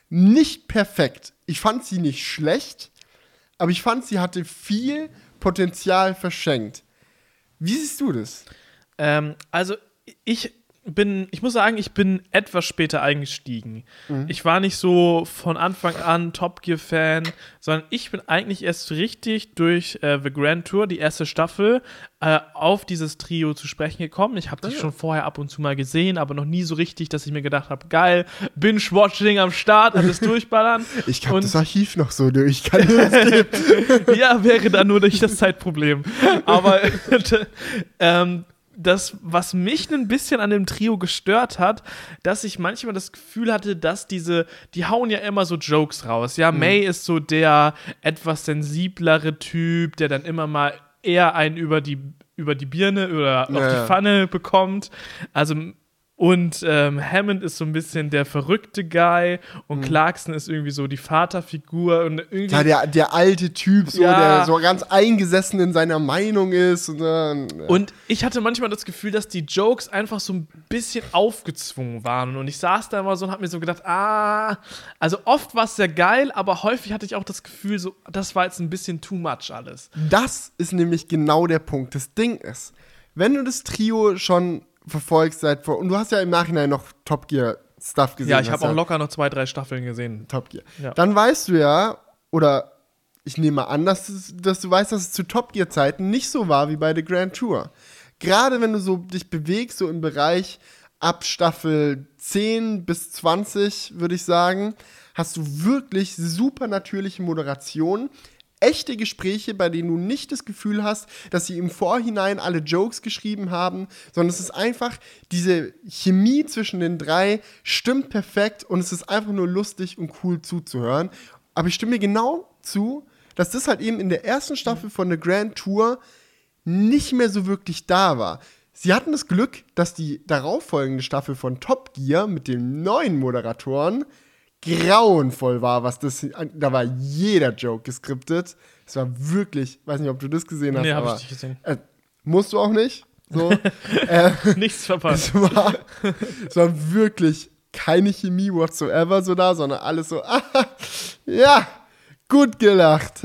Speaker 2: nicht perfekt. Ich fand sie nicht schlecht, aber ich fand, sie hatte viel Potenzial verschenkt. Wie siehst du das?
Speaker 1: Ähm, also ich bin, ich muss sagen, ich bin etwas später eingestiegen. Mhm. Ich war nicht so von Anfang an Top Gear-Fan, sondern ich bin eigentlich erst richtig durch äh, The Grand Tour, die erste Staffel, äh, auf dieses Trio zu sprechen gekommen. Ich habe die
Speaker 2: ja.
Speaker 1: schon vorher ab und zu mal gesehen, aber noch nie so richtig, dass ich mir gedacht habe, geil, Binge-Watching am Start, alles durchballern.
Speaker 2: Ich habe das Archiv noch so durch, kann dir das geben?
Speaker 1: Ja, wäre dann nur durch das Zeitproblem. Aber ähm, das, was mich ein bisschen an dem Trio gestört hat, dass ich manchmal das Gefühl hatte, dass diese, die hauen ja immer so Jokes raus. Ja, mhm. May ist so der etwas sensiblere Typ, der dann immer mal eher einen über die, über die Birne oder
Speaker 2: ja,
Speaker 1: auf die
Speaker 2: ja.
Speaker 1: Pfanne bekommt. Also und ähm, Hammond ist so ein bisschen der verrückte Guy und mhm. Clarkson ist irgendwie so die Vaterfigur. Und irgendwie
Speaker 2: ja, der, der alte Typ, so,
Speaker 1: ja.
Speaker 2: der so ganz eingesessen in seiner Meinung ist. Und, äh,
Speaker 1: und ich hatte manchmal das Gefühl, dass die Jokes einfach so ein bisschen aufgezwungen waren. Und ich saß da immer so und hab mir so gedacht, ah, also oft war es sehr geil, aber häufig hatte ich auch das Gefühl, so, das war jetzt ein bisschen too much alles.
Speaker 2: Das ist nämlich genau der Punkt. Das Ding ist, wenn du das Trio schon verfolgst seit vor. Und du hast ja im Nachhinein noch Top Gear Stuff gesehen.
Speaker 1: Ja, ich habe auch
Speaker 2: ja
Speaker 1: locker noch zwei, drei Staffeln gesehen.
Speaker 2: Top Gear.
Speaker 1: Ja.
Speaker 2: Dann weißt du ja, oder ich nehme an, dass, es, dass du weißt, dass es zu Top Gear Zeiten nicht so war wie bei The Grand Tour. Gerade wenn du so dich bewegst, so im Bereich ab Staffel zehn bis zwanzig, würde ich sagen, hast du wirklich super natürliche Moderation. Echte Gespräche, bei denen du nicht das Gefühl hast, dass sie im Vorhinein alle Jokes geschrieben haben, sondern es ist einfach, diese Chemie zwischen den drei stimmt perfekt und es ist einfach nur lustig und cool zuzuhören. Aber ich stimme mir genau zu, dass das halt eben in der ersten Staffel von The Grand Tour nicht mehr so wirklich da war. Sie hatten das Glück, dass die darauffolgende Staffel von Top Gear mit den neuen Moderatoren grauenvoll war, was das, da war jeder Joke geskriptet. Es war wirklich, weiß nicht, ob du das gesehen hast,
Speaker 1: nee,
Speaker 2: aber
Speaker 1: hab ich nicht gesehen.
Speaker 2: Äh, musst du auch nicht. So, äh,
Speaker 1: Nichts verpasst.
Speaker 2: Es war, es war wirklich keine Chemie whatsoever so da, sondern alles so, ah, ja, gut gelacht.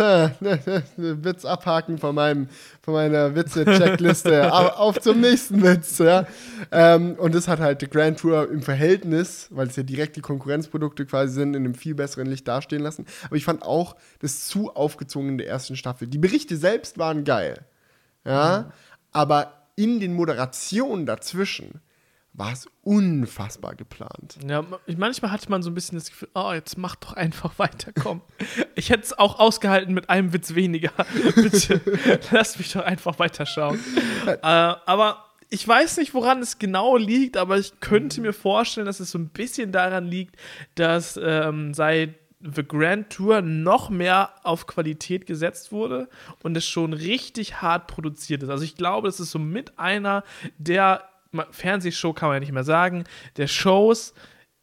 Speaker 2: Witz abhaken von, meinem, von meiner Witze-Checkliste. Auf zum nächsten Witz. Ja. Ähm, und das hat halt die Grand Tour im Verhältnis, weil es ja direkt die Konkurrenzprodukte quasi sind, in einem viel besseren Licht dastehen lassen. Aber ich fand auch das zu aufgezwungen in der ersten Staffel. Die Berichte selbst waren geil. Ja. Mhm. Aber in den Moderationen dazwischen war es unfassbar geplant.
Speaker 1: Ja, manchmal hatte man so ein bisschen das Gefühl, oh, jetzt mach doch einfach weiter, komm. Ich hätte es auch ausgehalten mit einem Witz weniger. Bitte, lass mich doch einfach weiterschauen. äh, aber ich weiß nicht, woran es genau liegt, aber ich könnte mir vorstellen, dass es so ein bisschen daran liegt, dass ähm, seit The Grand Tour noch mehr auf Qualität gesetzt wurde und es schon richtig hart produziert ist. Also ich glaube, das ist so mit einer der Fernsehshow kann man ja nicht mehr sagen, der Shows,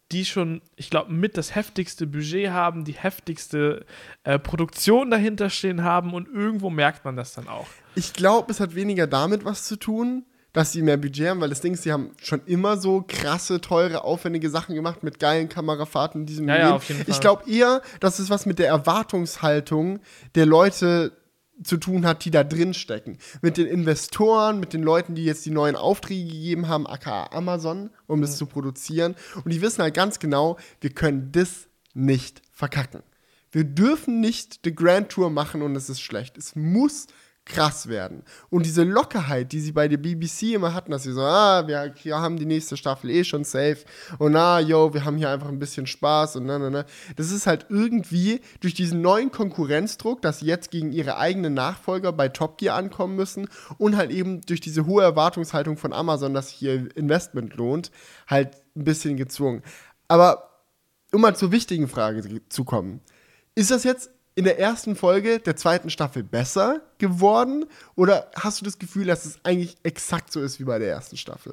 Speaker 1: die schon, ich glaube, mit das heftigste Budget haben, die heftigste äh, Produktion dahinter stehen haben und irgendwo merkt man das dann auch.
Speaker 2: Ich glaube, es hat weniger damit was zu tun, dass sie mehr Budget haben, weil das Ding ist, sie haben schon immer so krasse, teure, aufwendige Sachen gemacht mit geilen Kamerafahrten in diesem
Speaker 1: Ja, ja, auf jeden Fall.
Speaker 2: Ich glaube eher, dass es was mit der Erwartungshaltung der Leute zu tun hat, die da drin stecken. Mit den Investoren, mit den Leuten, die jetzt die neuen Aufträge gegeben haben, aka Amazon, um mhm. das zu produzieren. Und die wissen halt ganz genau, wir können das nicht verkacken. Wir dürfen nicht die Grand Tour machen und es ist schlecht. Es muss krass werden. Und diese Lockerheit, die sie bei der B B C immer hatten, dass sie so, ah, wir, wir haben die nächste Staffel eh schon safe und na, yo, wir haben hier einfach ein bisschen Spaß und na, na, na. Das ist halt irgendwie durch diesen neuen Konkurrenzdruck, dass sie jetzt gegen ihre eigenen Nachfolger bei Top Gear ankommen müssen und halt eben durch diese hohe Erwartungshaltung von Amazon, dass sich ihr Investment lohnt, halt ein bisschen gezwungen. Aber um mal zur wichtigen Frage zu kommen, ist das jetzt in der ersten Folge der zweiten Staffel besser geworden? Oder hast du das Gefühl, dass es eigentlich exakt so ist wie bei der ersten Staffel?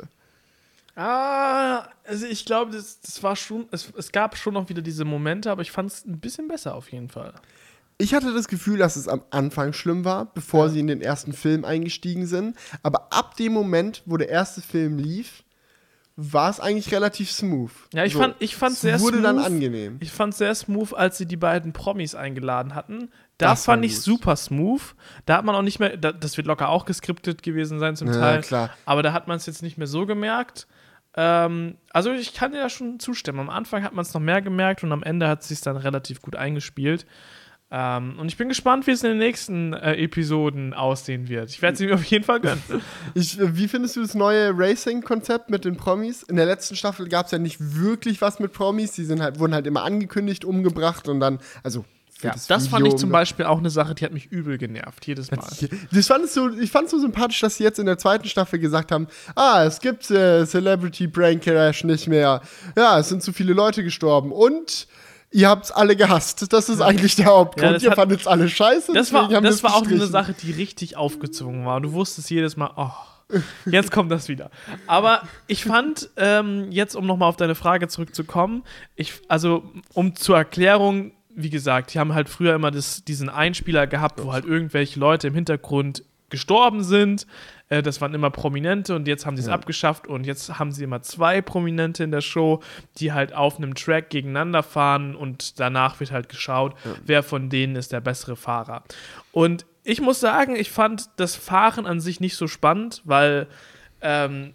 Speaker 1: Ah, also ich glaube, das, das war schon, es, es gab schon noch wieder diese Momente, aber ich fand es ein bisschen besser auf jeden Fall.
Speaker 2: Ich hatte das Gefühl, dass es am Anfang schlimm war, bevor
Speaker 1: ja.
Speaker 2: sie in den ersten Film eingestiegen sind. Aber ab dem Moment, wo der erste Film lief, war es eigentlich relativ smooth.
Speaker 1: Ja, ich
Speaker 2: so,
Speaker 1: fand ich fand sehr
Speaker 2: wurde
Speaker 1: smooth.
Speaker 2: dann angenehm.
Speaker 1: Ich fand sehr smooth, als sie die beiden Promis eingeladen hatten. Da
Speaker 2: Das
Speaker 1: fand
Speaker 2: war
Speaker 1: ich
Speaker 2: gut.
Speaker 1: super smooth. Da hat man auch nicht mehr, da, das wird locker auch geskriptet gewesen sein zum
Speaker 2: Ja,
Speaker 1: Teil.
Speaker 2: klar.
Speaker 1: Aber da hat man es jetzt nicht mehr so gemerkt. Ähm, also ich kann dir da schon zustimmen. Am Anfang hat man es noch mehr gemerkt und am Ende hat es sich dann relativ gut eingespielt. Ähm, und ich bin gespannt, wie es in den nächsten äh, Episoden aussehen wird. Ich werde sie mir auf jeden Fall gönnen.
Speaker 2: Ich, wie findest du das neue Racing-Konzept mit den Promis? In der letzten Staffel gab es ja nicht wirklich was mit Promis. Die sind halt, wurden halt immer angekündigt, umgebracht und dann, also für
Speaker 1: Ja,
Speaker 2: das,
Speaker 1: das fand
Speaker 2: Video
Speaker 1: ich zum Beispiel auch eine Sache, die hat mich übel genervt, jedes Mal.
Speaker 2: Das fand ich, so, ich fand es so sympathisch, dass sie jetzt in der zweiten Staffel gesagt haben, ah, es gibt äh, Celebrity Brain Crash nicht mehr. Ja, es sind zu viele Leute gestorben und ihr habt's alle gehasst. Das ist eigentlich der Hauptgrund.
Speaker 1: Ja,
Speaker 2: ihr fandet es alle scheiße.
Speaker 1: Das war,
Speaker 2: haben
Speaker 1: das war auch
Speaker 2: gestrichen.
Speaker 1: eine Sache, die richtig aufgezwungen war. Und du wusstest jedes Mal, oh, jetzt kommt das wieder. Aber ich fand, ähm, jetzt um nochmal auf deine Frage zurückzukommen, ich, also um zur Erklärung, wie gesagt, die haben halt früher immer das, diesen Einspieler gehabt, wo halt irgendwelche Leute im Hintergrund gestorben sind. Äh, das waren immer Prominente und jetzt haben sie es
Speaker 2: Ja.
Speaker 1: abgeschafft und jetzt haben sie immer zwei Prominente in der Show, die halt auf einem Track gegeneinander fahren und danach wird halt geschaut,
Speaker 2: Ja.
Speaker 1: wer von denen ist der bessere Fahrer. Und ich muss sagen, ich fand das Fahren an sich nicht so spannend, weil ähm,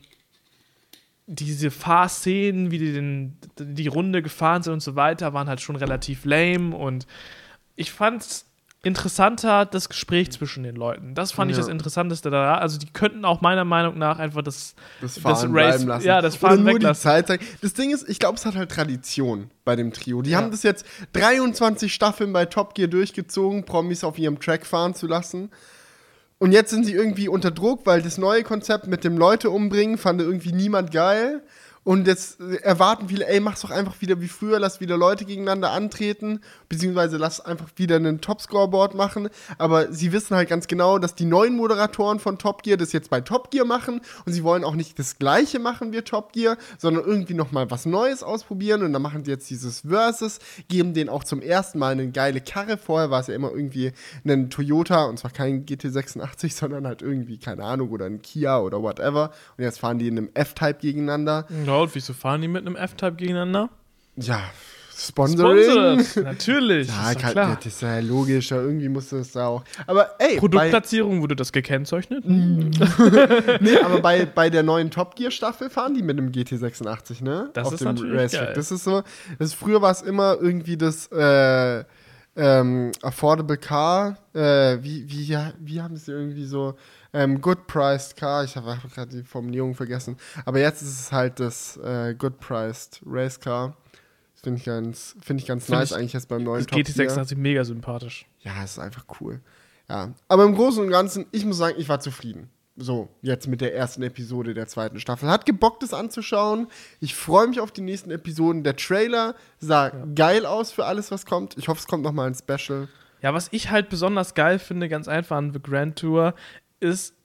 Speaker 1: diese Fahrszenen, wie die den, die Runde gefahren sind und so weiter, waren halt schon relativ lame und ich fand interessanter das Gespräch zwischen den Leuten. Das fand
Speaker 2: Ja.
Speaker 1: ich das Interessanteste da. Also die könnten auch meiner Meinung nach einfach das,
Speaker 2: Das Fahren
Speaker 1: das Race,
Speaker 2: bleiben lassen.
Speaker 1: ja, das Fahren
Speaker 2: Oder nur
Speaker 1: weglassen.
Speaker 2: die Zeit zeigen. Das Ding ist, ich glaube, es hat halt Tradition bei dem Trio. Die
Speaker 1: Ja.
Speaker 2: haben das jetzt dreiundzwanzig Staffeln bei Top Gear durchgezogen, Promis auf ihrem Track fahren zu lassen. Und jetzt sind sie irgendwie unter Druck, weil das neue Konzept mit dem Leute umbringen fand irgendwie niemand geil. Und jetzt erwarten viele, ey, mach's doch einfach wieder wie früher, lass wieder Leute gegeneinander antreten, beziehungsweise lass einfach wieder einen Top-Scoreboard machen. Aber sie wissen halt ganz genau, dass die neuen Moderatoren von Top Gear das jetzt bei Top Gear machen und sie wollen auch nicht das Gleiche machen wie Top Gear, sondern irgendwie nochmal was Neues ausprobieren und dann machen die jetzt dieses Versus, geben denen auch zum ersten Mal eine geile Karre. Vorher war es ja immer irgendwie ein Toyota und zwar kein G T sechsundachtzig, sondern halt irgendwie, keine Ahnung, oder ein Kia oder whatever. Und jetzt fahren die in einem F-Type gegeneinander.
Speaker 1: Ja, und wieso fahren die mit einem F-Type gegeneinander?
Speaker 2: Ja, Sponsoring.
Speaker 1: Sponsored, natürlich.
Speaker 2: Ja,
Speaker 1: ist doch
Speaker 2: kann,
Speaker 1: klar.
Speaker 2: ja, das ist ja logisch, ja, irgendwie muss das da auch. Aber ey,
Speaker 1: Produktplatzierung, wurde das gekennzeichnet?
Speaker 2: bei, nee, aber bei, bei der neuen Top Gear Staffel fahren die mit einem G T sechsundachtzig, ne?
Speaker 1: Das
Speaker 2: Auf
Speaker 1: ist
Speaker 2: dem
Speaker 1: natürlich
Speaker 2: Racetrack.
Speaker 1: geil.
Speaker 2: Das ist so, das früher war es immer irgendwie das äh, ähm, Affordable Car, äh, wie, wie, ja, wie haben sie irgendwie so ähm, Good Priced Car, ich habe gerade die Formulierung vergessen, aber jetzt ist es halt das äh, Good Priced Race Car. Das finde ich ganz, finde ich ganz
Speaker 1: Find
Speaker 2: nice
Speaker 1: ich-
Speaker 2: eigentlich jetzt beim neuen
Speaker 1: Das
Speaker 2: Top
Speaker 1: G T
Speaker 2: Gear.
Speaker 1: sechsundachtzig mega sympathisch.
Speaker 2: Ja, es ist einfach cool. Ja, aber im Großen und Ganzen, ich muss sagen, ich war zufrieden. So, jetzt mit der ersten Episode der zweiten Staffel. Hat gebockt, das anzuschauen. Ich freue mich auf die nächsten Episoden. Der Trailer sah geil aus für alles, was kommt. Ich hoffe, es kommt nochmal ein Special.
Speaker 1: Ja, was ich halt besonders geil finde, ganz einfach an The Grand Tour, ist,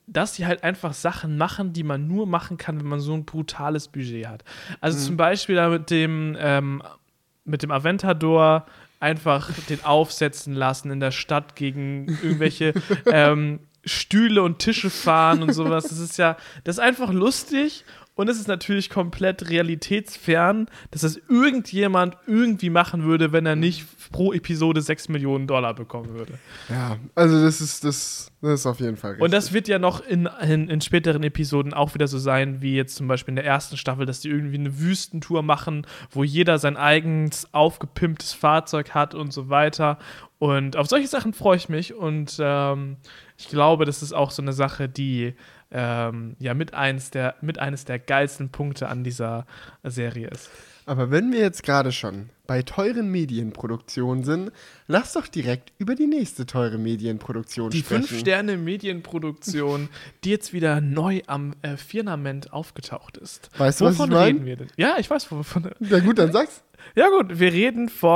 Speaker 1: dass sie halt einfach Sachen machen, die man nur machen kann, wenn man so ein brutales Budget hat. Also
Speaker 2: Mhm.
Speaker 1: zum Beispiel da mit dem, ähm, mit dem Aventador einfach den aufsetzen lassen in der Stadt gegen irgendwelche ähm, Stühle und Tische fahren und sowas. Das ist ja, das ist einfach lustig. Und es ist natürlich komplett realitätsfern, dass das irgendjemand irgendwie machen würde, wenn er nicht pro Episode sechs Millionen Dollar bekommen würde.
Speaker 2: Ja, also das ist, das, das ist auf jeden Fall richtig.
Speaker 1: Und das wird ja noch in, in, in späteren Episoden auch wieder so sein, wie jetzt zum Beispiel in der ersten Staffel, dass die irgendwie eine Wüstentour machen, wo jeder sein eigenes aufgepimptes Fahrzeug hat und so weiter. Und auf solche Sachen freue ich mich. Und ähm, ich glaube, das ist auch so eine Sache, die ähm, ja mit eines der, mit eines der geilsten Punkte an dieser Serie ist.
Speaker 2: Aber wenn wir jetzt gerade schon bei teuren Medienproduktionen sind, lass doch direkt über die nächste teure Medienproduktion
Speaker 1: Die
Speaker 2: sprechen.
Speaker 1: Fünf-Sterne-Medienproduktion, die jetzt wieder neu am äh, Firmament aufgetaucht ist.
Speaker 2: Weißt du, was
Speaker 1: Wovon
Speaker 2: ich mein?
Speaker 1: reden wir denn? Ja, ich weiß, wovon.
Speaker 2: Na gut, dann sag's.
Speaker 1: Ja gut, wir reden von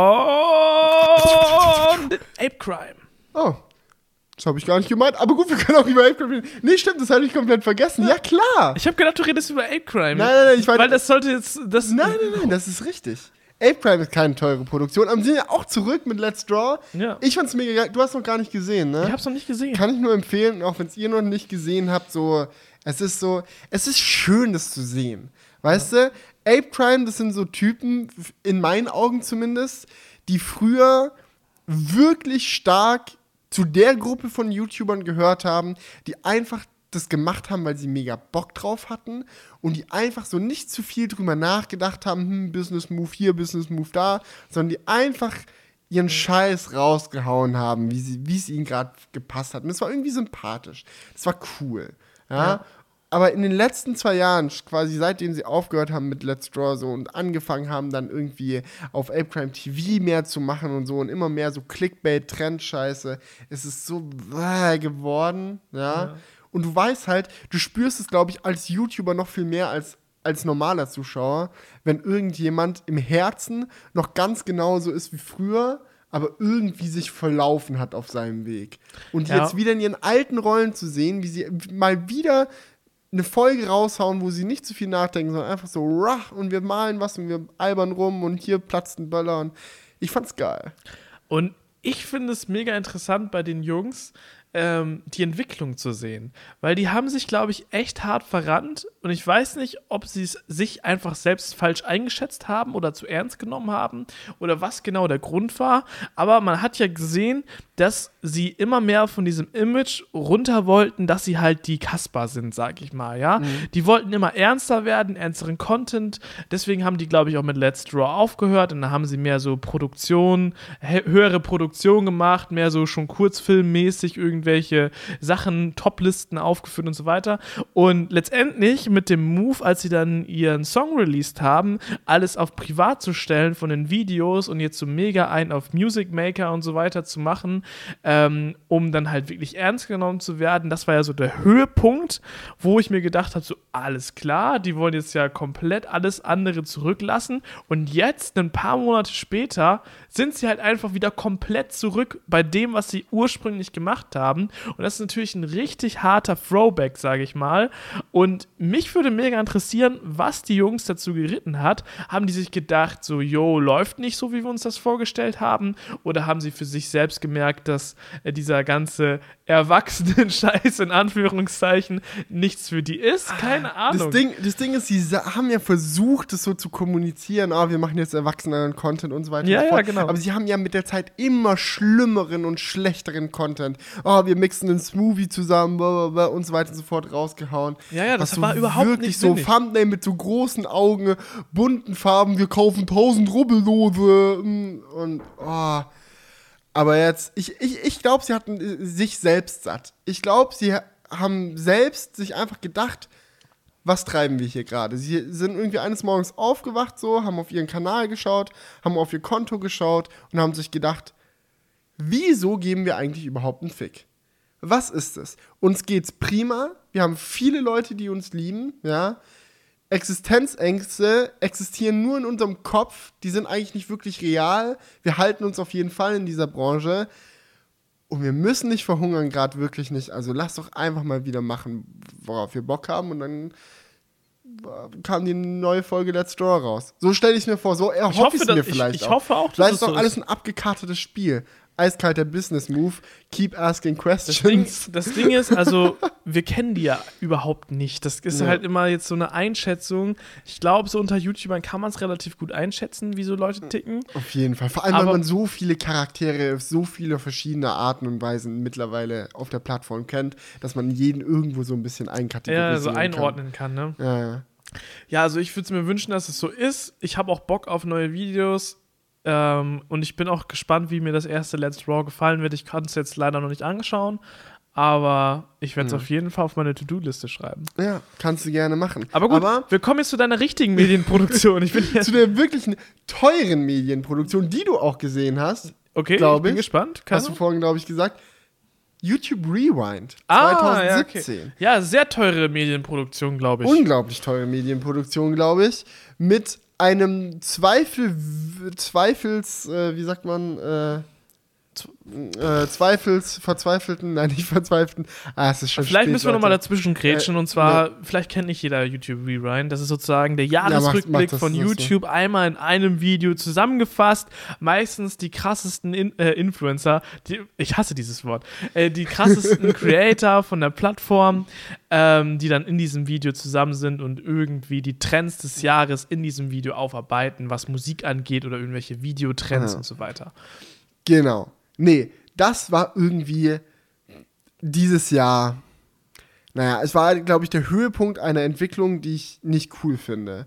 Speaker 1: Ape Crime.
Speaker 2: Oh, das habe ich gar nicht gemeint. Aber gut, wir können auch über Ape Crime reden. Nee, stimmt, das hatte ich komplett vergessen. Ja, klar.
Speaker 1: Ich habe gedacht, du redest über Ape Crime.
Speaker 2: Nein, nein, nein, ich weiß.
Speaker 1: Weil das sollte jetzt. Das
Speaker 2: Nein, nein, nein, das ist richtig. Ape Crime ist keine teure Produktion. Aber wir sind ja auch zurück mit Let's Draw.
Speaker 1: Ja.
Speaker 2: Ich fand's mega geil. Du hast noch gar nicht gesehen, ne?
Speaker 1: Ich hab's noch nicht gesehen.
Speaker 2: Kann ich nur empfehlen, auch wenn es ihr noch nicht gesehen habt, so, es ist so, es ist schön, das zu sehen. Weißt du, Ape Crime, das sind so Typen, in meinen Augen zumindest, die früher wirklich stark zu der Gruppe von YouTubern gehört haben, die einfach das gemacht haben, weil sie mega Bock drauf hatten und die einfach so nicht zu viel drüber nachgedacht haben, hm, Business Move hier, Business Move da, sondern die einfach ihren Scheiß rausgehauen haben, wie sie, wie es ihnen gerade gepasst hat. Und das war irgendwie sympathisch. Das war cool. Ja?
Speaker 1: Ja.
Speaker 2: Aber in den letzten zwei Jahren, quasi seitdem sie aufgehört haben mit Let's Draw so und angefangen haben, dann irgendwie auf Ape Crime T V mehr zu machen und so und immer mehr so Clickbait-Trend-Scheiße, es ist so äh, geworden, ja?
Speaker 1: Ja.
Speaker 2: Und du weißt halt, du spürst es, glaube ich, als YouTuber noch viel mehr als als normaler Zuschauer, wenn irgendjemand im Herzen noch ganz genauso ist wie früher, aber irgendwie sich verlaufen hat auf seinem Weg. Und
Speaker 1: Ja.
Speaker 2: jetzt wieder in ihren alten Rollen zu sehen, wie sie mal wieder eine Folge raushauen, wo sie nicht zu viel nachdenken, sondern einfach so, rah, und wir malen was und wir albern rum und hier platzt ein Böller. Und ich fand's geil.
Speaker 1: Und ich finde es mega interessant bei den Jungs, ähm, die Entwicklung zu sehen. Weil die haben sich, glaube ich, echt hart verrannt. Und ich weiß nicht, ob sie es sich einfach selbst falsch eingeschätzt haben oder zu ernst genommen haben oder was genau der Grund war. Aber man hat ja gesehen, dass sie immer mehr von diesem Image runter wollten, dass sie halt die Kasper sind, sag ich mal, ja.
Speaker 2: Mhm.
Speaker 1: Die wollten immer ernster werden, ernsteren Content. Deswegen haben die, glaube ich, auch mit Let's Draw aufgehört. Und dann haben sie mehr so Produktion, hö- höhere Produktion gemacht, mehr so schon kurzfilmmäßig irgendwelche Sachen, Toplisten aufgeführt und so weiter. Und letztendlich mit dem Move, als sie dann ihren Song released haben, alles auf privat zu stellen von den Videos und jetzt so mega ein auf Music Maker und so weiter zu machen, ähm, um dann halt wirklich ernst genommen zu werden. Das war ja so der Höhepunkt, wo ich mir gedacht habe, so alles klar, die wollen jetzt ja komplett alles andere zurücklassen und jetzt, ein paar Monate später, sind sie halt einfach wieder komplett zurück bei dem, was sie ursprünglich gemacht haben. Und das ist natürlich ein richtig harter Throwback, sage ich mal. Und mich würde mega interessieren, was die Jungs dazu geritten hat. Haben die sich gedacht, so, yo, läuft nicht so, wie wir uns das vorgestellt haben? Oder haben sie für sich selbst gemerkt, dass äh, dieser ganze Erwachsenen-Scheiß in Anführungszeichen nichts für die ist? Keine Ahnung.
Speaker 2: Das Ding, das Ding ist, sie sa- haben ja versucht, das so zu kommunizieren, ah, wir machen jetzt erwachseneren Content und so weiter
Speaker 1: Ja,
Speaker 2: und so
Speaker 1: ja,
Speaker 2: fort.
Speaker 1: genau.
Speaker 2: Aber sie haben ja mit der Zeit immer schlimmeren und schlechteren Content. Ah, wir mixen einen Smoothie zusammen blablabla, und so weiter und so fort rausgehauen.
Speaker 1: Ja, ja, das
Speaker 2: Was
Speaker 1: war
Speaker 2: so
Speaker 1: überhaupt
Speaker 2: wirklich
Speaker 1: nicht
Speaker 2: so
Speaker 1: sinnig.
Speaker 2: Thumbnail mit so großen Augen, bunten Farben, wir kaufen tausend Rubbellose mm, und oh. Aber jetzt, ich, ich, ich glaube, sie hatten äh, sich selbst satt. Ich glaube, sie ha- haben selbst sich einfach gedacht, was treiben wir hier gerade? Sie sind irgendwie eines Morgens aufgewacht so, haben auf ihren Kanal geschaut, haben auf ihr Konto geschaut und haben sich gedacht, wieso geben wir eigentlich überhaupt einen Fick? Was ist es? Uns geht's prima, wir haben viele Leute, die uns lieben, ja. Existenzängste existieren nur in unserem Kopf, die sind eigentlich nicht wirklich real. Wir halten uns auf jeden Fall in dieser Branche. Und wir müssen nicht verhungern, gerade wirklich nicht. Also lass doch einfach mal wieder machen, worauf wir Bock haben. Und dann kam die neue Folge Let's Draw raus. So stelle ich mir vor, so erhoffe ich es mir vielleicht
Speaker 1: ich, ich
Speaker 2: auch.
Speaker 1: hoffe auch, dass
Speaker 2: vielleicht
Speaker 1: es
Speaker 2: ist doch
Speaker 1: so
Speaker 2: alles
Speaker 1: ist.
Speaker 2: ein abgekartetes Spiel. Eiskalter Business-Move. Keep asking
Speaker 1: Das Ding,
Speaker 2: questions.
Speaker 1: das Ding ist, also, wir kennen die ja überhaupt nicht. Das ist
Speaker 2: Ja.
Speaker 1: halt immer jetzt so eine Einschätzung. Ich glaube, so unter YouTubern kann man es relativ gut einschätzen, wie so Leute ticken.
Speaker 2: Auf jeden Fall. Vor allem,
Speaker 1: Aber-
Speaker 2: weil man so viele Charaktere, so viele verschiedene Arten und Weisen mittlerweile auf der Plattform kennt, dass man jeden irgendwo so ein bisschen einkategorisieren
Speaker 1: Ja, so
Speaker 2: kann.
Speaker 1: einordnen kann, ne?
Speaker 2: Ja, ja.
Speaker 1: Ja, also ich würde es mir wünschen, dass es so ist. Ich habe auch Bock auf neue Videos. Ähm, und ich bin auch gespannt, wie mir das erste Let's Draw gefallen wird. Ich kann es jetzt leider noch nicht anschauen. Aber ich werde es
Speaker 2: Mhm.
Speaker 1: auf jeden Fall auf meine To-Do-Liste schreiben.
Speaker 2: Ja, kannst du gerne machen.
Speaker 1: Aber gut,
Speaker 2: Aber
Speaker 1: wir kommen jetzt zu deiner richtigen Medienproduktion. Ich bin hier.
Speaker 2: zu der wirklichen teuren Medienproduktion, die du auch gesehen hast,
Speaker 1: Okay,
Speaker 2: glaub
Speaker 1: ich bin
Speaker 2: ich.
Speaker 1: gespannt.
Speaker 2: hast du
Speaker 1: Keine-
Speaker 2: vorhin, glaube ich, gesagt, YouTube Rewind
Speaker 1: Ah,
Speaker 2: zwanzig
Speaker 1: ja,
Speaker 2: siebzehn.
Speaker 1: okay. Ja, sehr teure Medienproduktion, glaube ich.
Speaker 2: Unglaublich teure Medienproduktion, glaube ich, mit einem Zweifel, Zweifels, äh, wie sagt man, äh, äh, Zweifels, verzweifelten, nein, nicht verzweifelten, ah, es ist schon
Speaker 1: Vielleicht
Speaker 2: spät,
Speaker 1: müssen wir nochmal
Speaker 2: Leute.
Speaker 1: dazwischen grätschen
Speaker 2: Äh,
Speaker 1: und zwar, vielleicht kennt nicht jeder YouTube Rewind. Das ist sozusagen der Jahresrückblick
Speaker 2: mach- mach das,
Speaker 1: von
Speaker 2: das so.
Speaker 1: YouTube einmal in einem Video zusammengefasst. Meistens die krassesten in, äh, Influencer, die, ich hasse dieses Wort, äh, die krassesten Creator von der Plattform, ähm, die dann in diesem Video zusammen sind und irgendwie die Trends des Jahres in diesem Video aufarbeiten, was Musik angeht oder irgendwelche Videotrends
Speaker 2: Ja.
Speaker 1: und so weiter.
Speaker 2: Genau. Nee, das war irgendwie dieses Jahr. Naja, es war, glaube ich, der Höhepunkt einer Entwicklung, die ich nicht cool finde.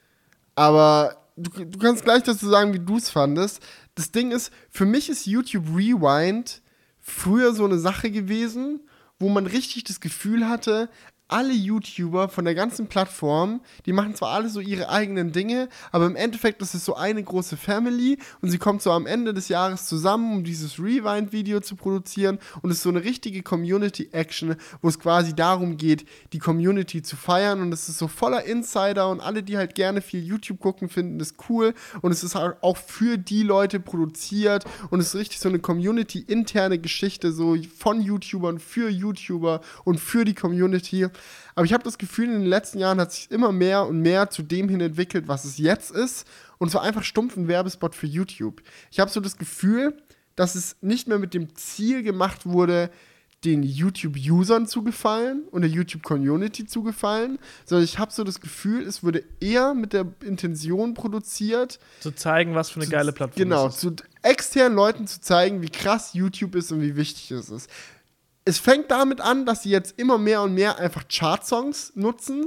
Speaker 2: Aber du, du kannst gleich dazu sagen, wie du es fandest. Das Ding ist, für mich ist YouTube Rewind früher so eine Sache gewesen, wo man richtig das Gefühl hatte, alle YouTuber von der ganzen Plattform, die machen zwar alle so ihre eigenen Dinge, aber im Endeffekt ist es so eine große Family und sie kommt so am Ende des Jahres zusammen, um dieses Rewind-Video zu produzieren und es ist so eine richtige Community-Action, wo es quasi darum geht, die Community zu feiern und es ist so voller Insider und alle, die halt gerne viel YouTube gucken, finden das cool und es ist halt auch für die Leute produziert und es ist richtig so eine Community-interne Geschichte, so von YouTubern für YouTuber und für die Community. Aber ich habe das Gefühl, in den letzten Jahren hat sich immer mehr und mehr zu dem hin entwickelt, was es jetzt ist. Und zwar einfach stumpf ein Werbespot für YouTube. Ich habe so das Gefühl, dass es nicht mehr mit dem Ziel gemacht wurde, den YouTube-Usern zu gefallen und der YouTube-Community zu gefallen, sondern ich habe so das Gefühl, es wurde eher mit der Intention produziert,
Speaker 1: Zu zeigen, was für eine
Speaker 2: zu-
Speaker 1: geile Plattform
Speaker 2: Genau,
Speaker 1: es ist.
Speaker 2: zu externen Leuten zu zeigen, wie krass YouTube ist und wie wichtig es ist. Es fängt damit an, dass sie jetzt immer mehr und mehr einfach Chartsongs nutzen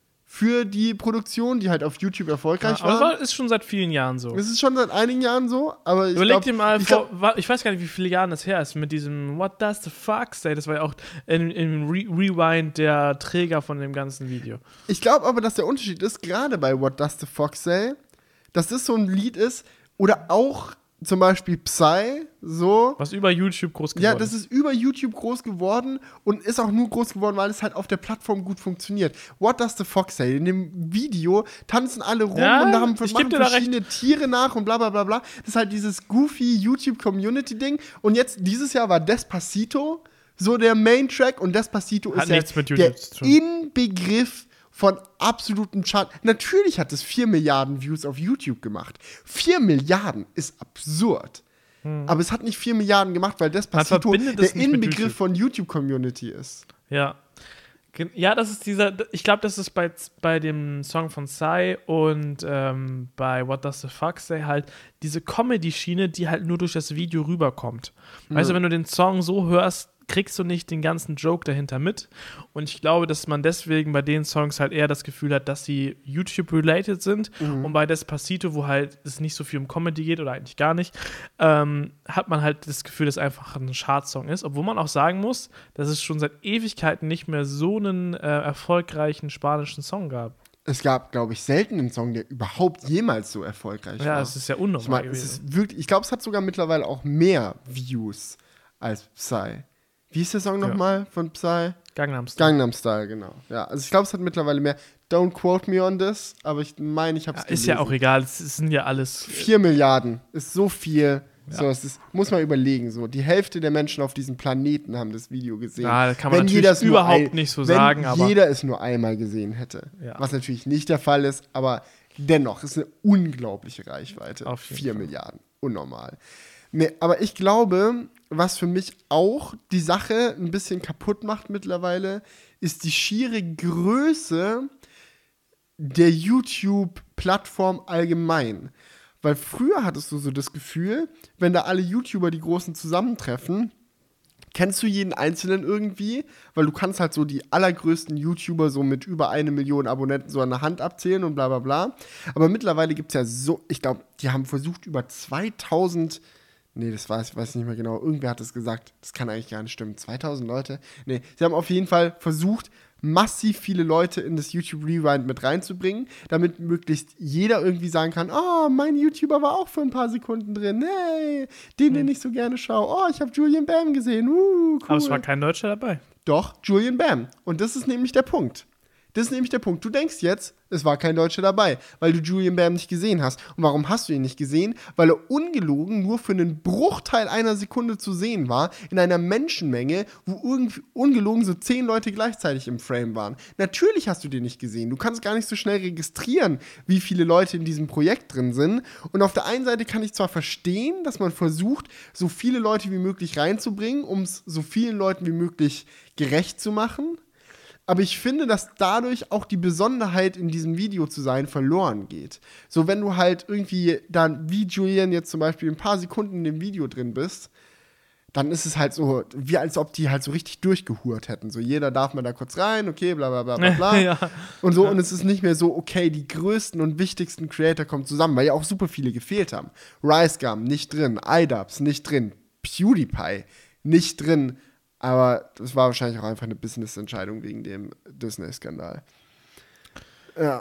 Speaker 2: für die Produktion, die halt auf YouTube erfolgreich
Speaker 1: Ja, aber das
Speaker 2: waren.
Speaker 1: war, ist schon seit vielen Jahren so.
Speaker 2: Es ist schon seit einigen Jahren so, aber ich
Speaker 1: Überleg
Speaker 2: glaub,
Speaker 1: dir mal,
Speaker 2: ich
Speaker 1: vor,
Speaker 2: glaub,
Speaker 1: wa- ich weiß gar nicht, wie viele Jahren das her ist, mit diesem What does the fuck say? Das war ja auch im, im Re Rewind der Träger von dem ganzen Video.
Speaker 2: ich glaub aber, dass der Unterschied ist, gerade bei What Does the Fox Say, dass das so ein Lied ist, oder auch zum Beispiel Psy, so.
Speaker 1: Was über YouTube groß geworden
Speaker 2: Ja, das ist über YouTube groß geworden und ist auch nur groß geworden, weil es halt auf der Plattform gut funktioniert. What Does the Fox Say? In dem Video tanzen alle rum
Speaker 1: Ja,
Speaker 2: und haben
Speaker 1: ich geb
Speaker 2: machen
Speaker 1: dir da
Speaker 2: verschiedene Tiere nach und bla bla bla bla. Das ist halt dieses goofy YouTube-Community-Ding. Und jetzt, dieses Jahr war Despacito so der Main-Track und Despacito
Speaker 1: Hat
Speaker 2: ist ja
Speaker 1: nichts mit
Speaker 2: der
Speaker 1: YouTube zu tun.
Speaker 2: Inbegriff von absoluten Chart. Natürlich hat es vier Milliarden Views auf YouTube gemacht. vier Milliarden ist absurd. Aber es hat nicht vier Milliarden gemacht, weil Despacito
Speaker 1: verbindet es
Speaker 2: der
Speaker 1: nicht mit
Speaker 2: Inbegriff
Speaker 1: YouTube.
Speaker 2: von YouTube-Community ist.
Speaker 1: Ja. Gen- Ja, das ist dieser, ich glaube, das ist bei, bei dem Song von Psy und ähm, bei What Does the Fuck Say halt diese Comedy-Schiene, die halt nur durch das Video rüberkommt. Weißt du, wenn du den Song so hörst, kriegst du nicht den ganzen Joke dahinter mit. Und ich glaube, dass man deswegen bei den Songs halt eher das Gefühl hat, dass sie YouTube-related sind. Und bei Despacito, wo halt es nicht so viel um Comedy geht oder eigentlich gar nicht, ähm, hat man halt das Gefühl, dass es einfach ein Chartsong ist. Obwohl man auch sagen muss, dass es schon seit Ewigkeiten nicht mehr so einen äh, erfolgreichen spanischen Song gab.
Speaker 2: Es gab, glaube ich, selten einen Song, der überhaupt jemals so erfolgreich
Speaker 1: Ja,
Speaker 2: war.
Speaker 1: es ist ja
Speaker 2: ich
Speaker 1: unnormal
Speaker 2: meine, es
Speaker 1: gewesen.
Speaker 2: ist wirklich, ich glaube, es hat sogar mittlerweile auch mehr Views als Psy. Wie ist der Song
Speaker 1: Ja.
Speaker 2: nochmal von Psy?
Speaker 1: Gangnam Style.
Speaker 2: Gangnam Style, genau. Ja, also ich glaube, es hat mittlerweile mehr. Don't quote me on this, aber ich meine, ich habe
Speaker 1: Ja,
Speaker 2: es
Speaker 1: ist ja auch egal, es es sind ja alles.
Speaker 2: Vier Milliarden ist so viel.
Speaker 1: Ja.
Speaker 2: So, es ist, muss man überlegen. So, die Hälfte der Menschen auf diesem Planeten haben das Video gesehen.
Speaker 1: Ja, das kann man
Speaker 2: wenn
Speaker 1: natürlich
Speaker 2: jeder es nur
Speaker 1: überhaupt
Speaker 2: ein,
Speaker 1: nicht so
Speaker 2: wenn
Speaker 1: sagen, aber
Speaker 2: jeder es nur einmal gesehen hätte.
Speaker 1: Ja.
Speaker 2: Was natürlich nicht der Fall ist, aber dennoch ist eine unglaubliche Reichweite.
Speaker 1: Auf jeden
Speaker 2: Vier
Speaker 1: Fall.
Speaker 2: Milliarden. Unnormal. Nee, aber ich glaube, was für mich auch die Sache ein bisschen kaputt macht mittlerweile, ist die schiere Größe der YouTube-Plattform allgemein. Weil früher hattest du so das Gefühl, wenn da alle YouTuber, die Großen, zusammentreffen, kennst du jeden Einzelnen irgendwie, weil du kannst halt so die allergrößten YouTuber so mit über eine Million Abonnenten so an der Hand abzählen und bla bla bla. Aber mittlerweile gibt es ja so, ich glaube, die haben versucht über zweitausend, nee, das weiß ich weiß nicht mehr genau, irgendwer hat es gesagt, das kann eigentlich gar nicht stimmen, zweitausend Leute? Nee, sie haben auf jeden Fall versucht, massiv viele Leute in das YouTube Rewind mit reinzubringen, damit möglichst jeder irgendwie sagen kann, oh, mein YouTuber war auch für ein paar Sekunden drin, hey, den, den ich so gerne schaue, oh, ich habe Julian Bam gesehen, uh, cool.
Speaker 1: aber es war kein Deutscher dabei.
Speaker 2: Doch, Julian Bam. Und das ist nämlich der Punkt. Das ist nämlich der Punkt. Du denkst jetzt, es war kein Deutscher dabei, weil du Julian Bam nicht gesehen hast. Und warum hast du ihn nicht gesehen? Weil er ungelogen nur für einen Bruchteil einer Sekunde zu sehen war, in einer Menschenmenge, wo irgendwie ungelogen so zehn Leute gleichzeitig im Frame waren. Natürlich hast du den nicht gesehen. Du kannst gar nicht so schnell registrieren, wie viele Leute in diesem Projekt drin sind. Und auf der einen Seite kann ich zwar verstehen, dass man versucht, so viele Leute wie möglich reinzubringen, um es so vielen Leuten wie möglich gerecht zu machen. Aber ich finde, dass dadurch auch die Besonderheit in diesem Video zu sein verloren geht. So, wenn du halt irgendwie dann, wie Julian jetzt zum Beispiel ein paar Sekunden in dem Video drin bist, dann ist es halt so, wie als ob die halt so richtig durchgehurt hätten. So, jeder darf mal da kurz rein, okay, bla bla bla bla bla.
Speaker 1: Ja.
Speaker 2: Und so,
Speaker 1: Ja.
Speaker 2: und es ist nicht mehr so, okay, die größten und wichtigsten Creator kommen zusammen, weil ja auch super viele gefehlt haben. RiceGum nicht drin, iDubbbz nicht drin, PewDiePie nicht drin. Aber das war wahrscheinlich auch einfach eine Business-Entscheidung wegen dem Disney-Skandal. Ja.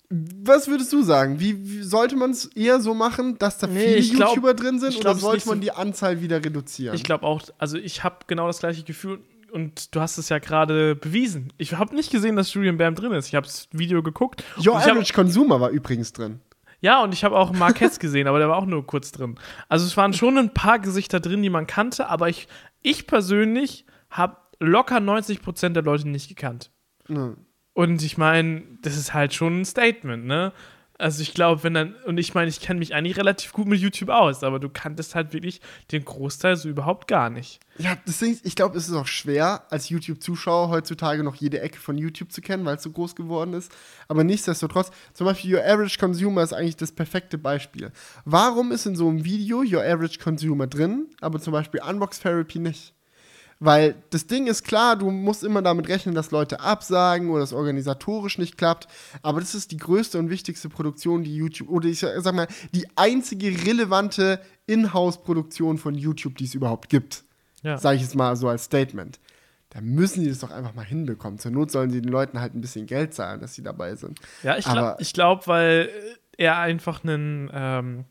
Speaker 2: Was würdest du sagen? Wie, wie sollte man es eher so machen, dass da
Speaker 1: Nee,
Speaker 2: viele
Speaker 1: ich glaub-
Speaker 2: YouTuber drin sind?
Speaker 1: ich
Speaker 2: Oder
Speaker 1: glaub, es
Speaker 2: sollte
Speaker 1: nicht
Speaker 2: man
Speaker 1: so-
Speaker 2: die Anzahl wieder reduzieren?
Speaker 1: Ich glaube auch, also ich habe genau das gleiche Gefühl und du hast es ja gerade bewiesen. Ich habe nicht gesehen, dass Julian Bam drin ist. Ich habe das Video geguckt.
Speaker 2: Your
Speaker 1: und ich hab,
Speaker 2: Average Consumer war übrigens drin.
Speaker 1: ja, und ich habe auch Marquez gesehen, aber der war auch nur kurz drin. Also es waren schon ein paar Gesichter drin, die man kannte, aber ich, ich persönlich habe locker neunzig Prozent der Leute nicht gekannt.
Speaker 2: Ja.
Speaker 1: Und ich meine, das ist halt schon ein Statement, ne? Also ich glaube, wenn dann, und ich meine, ich kenne mich eigentlich relativ gut mit YouTube aus, aber du kanntest halt wirklich den Großteil so überhaupt gar nicht.
Speaker 2: Ja, deswegen, ich glaube, es ist auch schwer, als YouTube-Zuschauer heutzutage noch jede Ecke von YouTube zu kennen, weil es so groß geworden ist. Aber nichtsdestotrotz, zum Beispiel Your Average Consumer ist eigentlich das perfekte Beispiel. Warum ist in so einem Video Your Average Consumer drin, aber zum Beispiel Unbox Therapy nicht? Weil das Ding ist klar, du musst immer damit rechnen, dass Leute absagen oder es organisatorisch nicht klappt. Aber das ist die größte und wichtigste Produktion, die YouTube, oder ich sag mal, die einzige relevante Inhouse-Produktion von YouTube, die es überhaupt gibt.
Speaker 1: Ja.
Speaker 2: Sage ich jetzt mal so als Statement. Da müssen die das doch einfach mal hinbekommen. Zur Not sollen sie den Leuten halt ein bisschen Geld zahlen, dass sie dabei sind.
Speaker 1: Ja, ich
Speaker 2: Aber-
Speaker 1: glaube, ich glaub, weil er einfach ein ähm,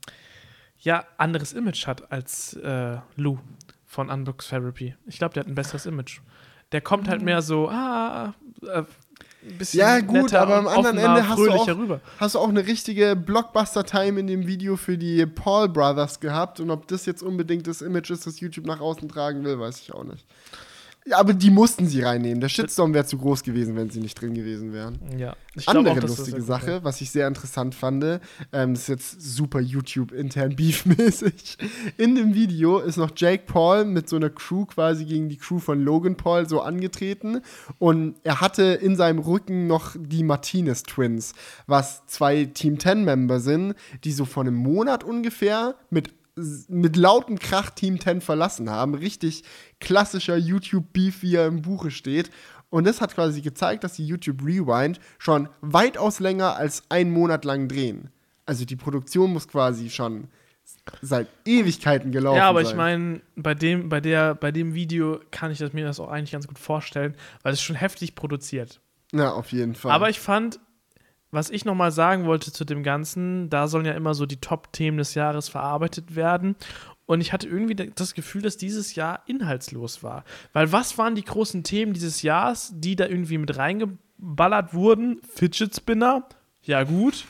Speaker 1: ja, anderes Image hat als äh, Lou von Unbox Therapy. Ich glaube, der hat ein besseres Image. Der kommt halt mehr so, ah, äh, ein bisschen
Speaker 2: Ja, gut,
Speaker 1: netter
Speaker 2: aber am
Speaker 1: und
Speaker 2: anderen
Speaker 1: offener,
Speaker 2: Ende hast du,
Speaker 1: fröhlicher
Speaker 2: auch,
Speaker 1: rüber.
Speaker 2: hast du auch eine richtige Blockbuster-Time in dem Video für die Paul Brothers gehabt. Und ob das jetzt unbedingt das Image ist, das YouTube nach außen tragen will, weiß ich auch nicht. Ja, aber die mussten sie reinnehmen. Der Shitstorm wäre zu groß gewesen, wenn sie nicht drin gewesen wären.
Speaker 1: Ja. Ich glaub
Speaker 2: Andere
Speaker 1: auch, dass das
Speaker 2: lustige
Speaker 1: sehr gut
Speaker 2: Sache, was ich sehr interessant fand, ähm, das ist jetzt super YouTube-intern beefmäßig. In dem Video ist noch Jake Paul mit so einer Crew quasi gegen die Crew von Logan Paul so angetreten und er hatte in seinem Rücken noch die Martinez Twins, was zwei Team zehn Member sind, die so vor einem Monat ungefähr mit mit lautem Krach Team zehn verlassen haben. Richtig klassischer YouTube-Beef, wie er im Buche steht. Und das hat quasi gezeigt, dass die YouTube Rewind schon weitaus länger als einen Monat lang drehen. Also die Produktion muss quasi schon seit Ewigkeiten gelaufen sein.
Speaker 1: Ja, aber ich meine, bei dem, bei der, bei dem Video kann ich das, mir das auch eigentlich ganz gut vorstellen, weil es schon heftig produziert.
Speaker 2: Ja, auf jeden Fall.
Speaker 1: Aber ich fand, was ich noch mal sagen wollte zu dem Ganzen, da sollen ja immer so die Top-Themen des Jahres verarbeitet werden. Und ich hatte irgendwie das Gefühl, dass dieses Jahr inhaltslos war. Weil was waren die großen Themen dieses Jahres, die da irgendwie mit reingeballert wurden? Fidget Spinner? Ja gut.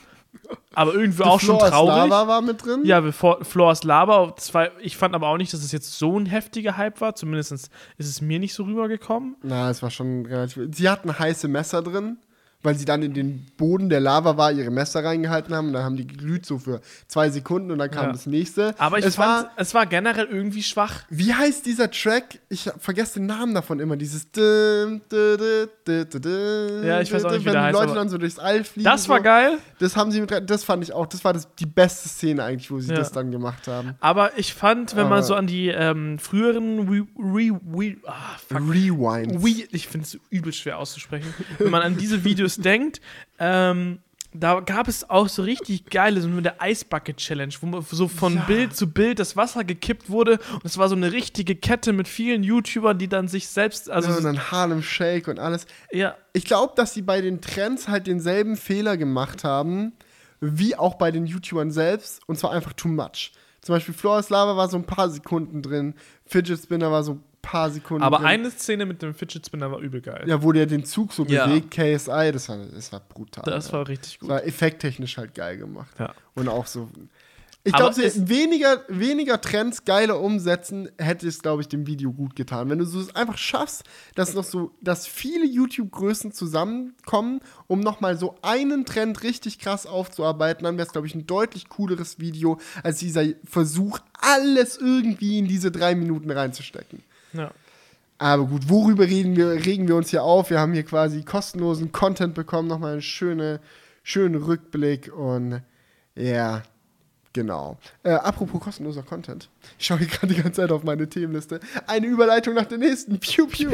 Speaker 1: aber irgendwie
Speaker 2: The
Speaker 1: auch schon
Speaker 2: Floor is
Speaker 1: traurig.
Speaker 2: Lava war mit drin.
Speaker 1: Ja, bevor Floors Lava. Zwei, ich fand aber auch nicht, dass es jetzt so ein heftiger Hype war. Zumindest ist es mir nicht so rübergekommen.
Speaker 2: Na, es war schon relativ. Sie hatten heiße Messer drin, weil sie dann in den Boden der Lava war, ihre Messer reingehalten haben. Und dann haben die geglüht so für zwei Sekunden und dann kam
Speaker 1: Ja.
Speaker 2: das nächste.
Speaker 1: Aber ich
Speaker 2: es
Speaker 1: fand,
Speaker 2: war,
Speaker 1: es war generell irgendwie schwach.
Speaker 2: wie heißt dieser Track? Ich vergesse den Namen davon immer. Dieses. Dim, dim, dim, dim, dim, dim,
Speaker 1: Ja, ich weiß auch nicht, wie
Speaker 2: wenn
Speaker 1: der
Speaker 2: die
Speaker 1: heißt,
Speaker 2: Leute
Speaker 1: aber
Speaker 2: dann so durchs All fliegen.
Speaker 1: Das war
Speaker 2: so.
Speaker 1: geil.
Speaker 2: Das haben sie mit, rein- das fand ich auch, das war das, die beste Szene eigentlich, wo sie
Speaker 1: Ja.
Speaker 2: das dann gemacht haben.
Speaker 1: Aber ich fand, wenn man
Speaker 2: Aber-
Speaker 1: so an die ähm, früheren Re, Re, Re, ah, fuck.
Speaker 2: Rewind.
Speaker 1: We, ich finde es übel schwer auszusprechen. Wenn man an diese Videos denkt, ähm, da gab es auch so richtig geile, so mit der Ice Bucket Challenge, wo man so von
Speaker 2: Ja.
Speaker 1: Bild zu Bild das Wasser gekippt wurde und es war so eine richtige Kette mit vielen YouTubern, die dann sich selbst, also
Speaker 2: Ja, und dann Harlem Shake und alles.
Speaker 1: ja,
Speaker 2: Ich glaube, dass sie bei den Trends halt denselben Fehler gemacht haben, wie auch bei den YouTubern selbst, und zwar einfach too much. Zum Beispiel Floor is Lava war so ein paar Sekunden drin, Fidget Spinner war so ein paar Sekunden
Speaker 1: aber
Speaker 2: drin.
Speaker 1: eine Szene mit dem Fidget Spinner war übel geil.
Speaker 2: Ja, wo der den Zug so
Speaker 1: Ja.
Speaker 2: bewegt, K S I, das war, das war brutal.
Speaker 1: Das
Speaker 2: ja.
Speaker 1: war richtig
Speaker 2: Das
Speaker 1: gut.
Speaker 2: war effekttechnisch halt geil gemacht.
Speaker 1: Ja.
Speaker 2: Und auch so. Ich
Speaker 1: Aber
Speaker 2: glaube, sie
Speaker 1: es-
Speaker 2: hätten weniger, weniger Trends geiler umsetzen, hätte es, glaube ich, dem Video gut getan. Wenn du so es einfach schaffst, dass noch so, dass viele YouTube-Größen zusammenkommen, um nochmal so einen Trend richtig krass aufzuarbeiten, dann wäre es, glaube ich, ein deutlich cooleres Video, als dieser Versuch, alles irgendwie in diese drei Minuten reinzustecken.
Speaker 1: Ja.
Speaker 2: Aber gut, worüber reden wir, regen wir uns hier auf? Wir haben hier quasi kostenlosen Content bekommen, nochmal einen schöne, schönen Rückblick und ja, genau. Äh, apropos kostenloser Content. Ich schaue hier gerade die ganze Zeit auf meine Themenliste. Eine Überleitung nach der nächsten. Piu, piu.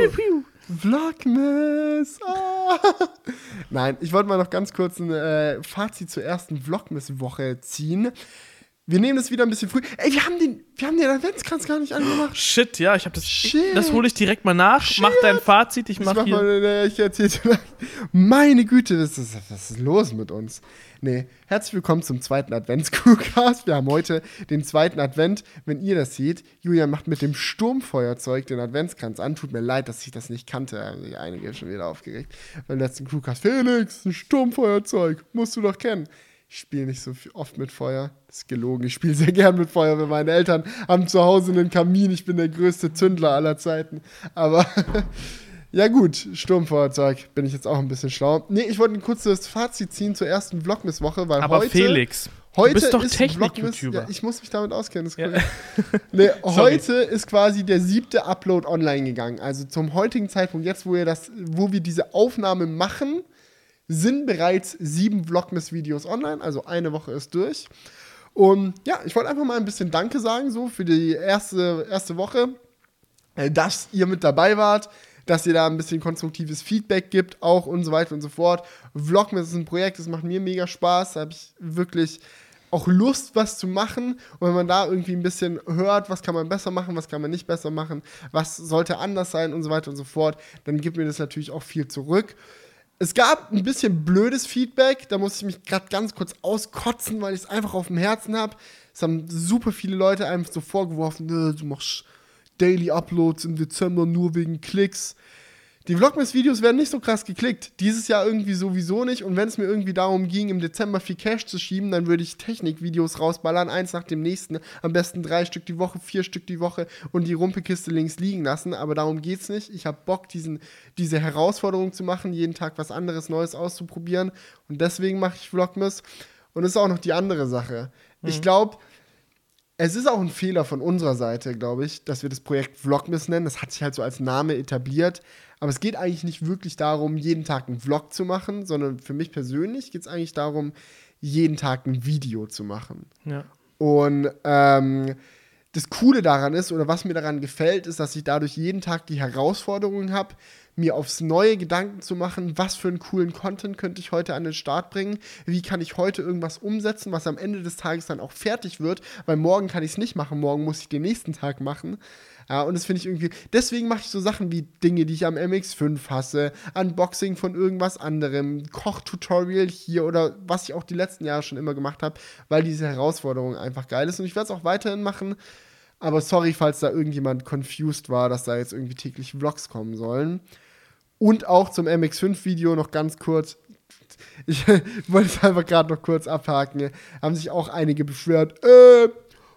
Speaker 2: Vlogmas. Ah. Nein, ich wollte mal noch ganz kurz ein äh, Fazit zur ersten Vlogmas-Woche ziehen. Wir nehmen das wieder ein bisschen früh. Ey, wir haben den, wir haben den Adventskranz gar nicht angemacht.
Speaker 1: Shit, ja, ich habe das.
Speaker 2: Shit.
Speaker 1: Das hole ich direkt mal nach.
Speaker 2: Shit.
Speaker 1: Mach dein Fazit, ich
Speaker 2: Ich
Speaker 1: mach
Speaker 2: mach
Speaker 1: hier.
Speaker 2: mal, äh, ich erzähl zu lang. Meine Güte, was ist, was ist los mit uns? Nee, herzlich willkommen zum zweiten Advents-Crewcast. Wir haben heute den zweiten Advent. Wenn ihr das seht, Julian macht mit dem Sturmfeuerzeug den Adventskranz an. Tut mir leid, dass ich das nicht kannte. Da haben sich einige schon wieder aufgeregt. Beim letzten Crewcast, Felix, ein Sturmfeuerzeug, musst du doch kennen. Ich spiele nicht so viel, oft mit Feuer. Das ist gelogen. Ich spiele sehr gern mit Feuer, weil meine Eltern haben zu Hause einen Kamin. Ich bin der größte Zündler aller Zeiten. Aber ja gut, Sturmfeuerzeug. Bin ich jetzt auch ein bisschen schlau. Nee, ich wollte ein kurzes Fazit ziehen zur ersten Vlogmas-Woche, weil
Speaker 1: Aber
Speaker 2: heute...
Speaker 1: Felix,
Speaker 2: Heute
Speaker 1: du bist doch
Speaker 2: ist
Speaker 1: Technik-YouTuber.
Speaker 2: Vlogmas- Ja, ich muss mich damit auskennen. Ist
Speaker 1: Ja.
Speaker 2: cool. Nee,
Speaker 1: Sorry.
Speaker 2: heute ist quasi der siebte Upload online gegangen. Also zum heutigen Zeitpunkt, jetzt wo wir, das, wo wir diese Aufnahme machen, sind bereits sieben Vlogmas-Videos online. Also eine Woche ist durch. Und ja, ich wollte einfach mal ein bisschen Danke sagen, so für die erste, erste Woche, äh, dass ihr mit dabei wart, dass ihr da ein bisschen konstruktives Feedback gibt, auch und so weiter und so fort. Vlogmas ist ein Projekt, das macht mir mega Spaß. Da habe ich wirklich auch Lust, was zu machen. Und wenn man da irgendwie ein bisschen hört, was kann man besser machen, was kann man nicht besser machen, was sollte anders sein und so weiter und so fort, dann gibt mir das natürlich auch viel zurück. Es gab ein bisschen blödes Feedback, da muss ich mich gerade ganz kurz auskotzen, weil ich es einfach auf dem Herzen habe. Es haben super viele Leute einfach so vorgeworfen, "Nö, du machst Daily Uploads im Dezember nur wegen Klicks." Die Vlogmas-Videos werden nicht so krass geklickt. Dieses Jahr irgendwie sowieso nicht. Und wenn es mir irgendwie darum ging, im Dezember viel Cash zu schieben, dann würde ich Technikvideos rausballern, eins nach dem nächsten. Am besten drei Stück die Woche, vier Stück die Woche und die Rumpelkiste links liegen lassen. Aber darum geht's nicht. Ich habe Bock, diesen, diese Herausforderung zu machen, jeden Tag was anderes, Neues auszuprobieren. Und deswegen mache ich Vlogmas. Und es ist auch noch die andere Sache. Mhm. Ich glaube, es ist auch ein Fehler von unserer Seite, glaube ich, dass wir das Projekt Vlogmas nennen. Das hat sich halt so als Name etabliert. Aber es geht eigentlich nicht wirklich darum, jeden Tag einen Vlog zu machen, sondern für mich persönlich geht es eigentlich darum, jeden Tag ein Video zu machen.
Speaker 1: Ja.
Speaker 2: Und ähm, das Coole daran ist, oder was mir daran gefällt, ist, dass ich dadurch jeden Tag die Herausforderung habe, mir aufs Neue Gedanken zu machen, was für einen coolen Content könnte ich heute an den Start bringen, wie kann ich heute irgendwas umsetzen, was am Ende des Tages dann auch fertig wird, weil morgen kann ich es nicht machen, morgen muss ich den nächsten Tag machen. Ja, und das finde ich irgendwie, deswegen mache ich so Sachen wie Dinge, die ich am M X fünf hasse, Unboxing von irgendwas anderem, Kochtutorial hier oder was ich auch die letzten Jahre schon immer gemacht habe, weil diese Herausforderung einfach geil ist und ich werde es auch weiterhin machen, aber sorry, falls da irgendjemand confused war, dass da jetzt irgendwie täglich Vlogs kommen sollen. Und auch zum M X fünf Video noch ganz kurz, ich wollte es einfach gerade noch kurz abhaken. Haben sich auch einige beschwert. Äh,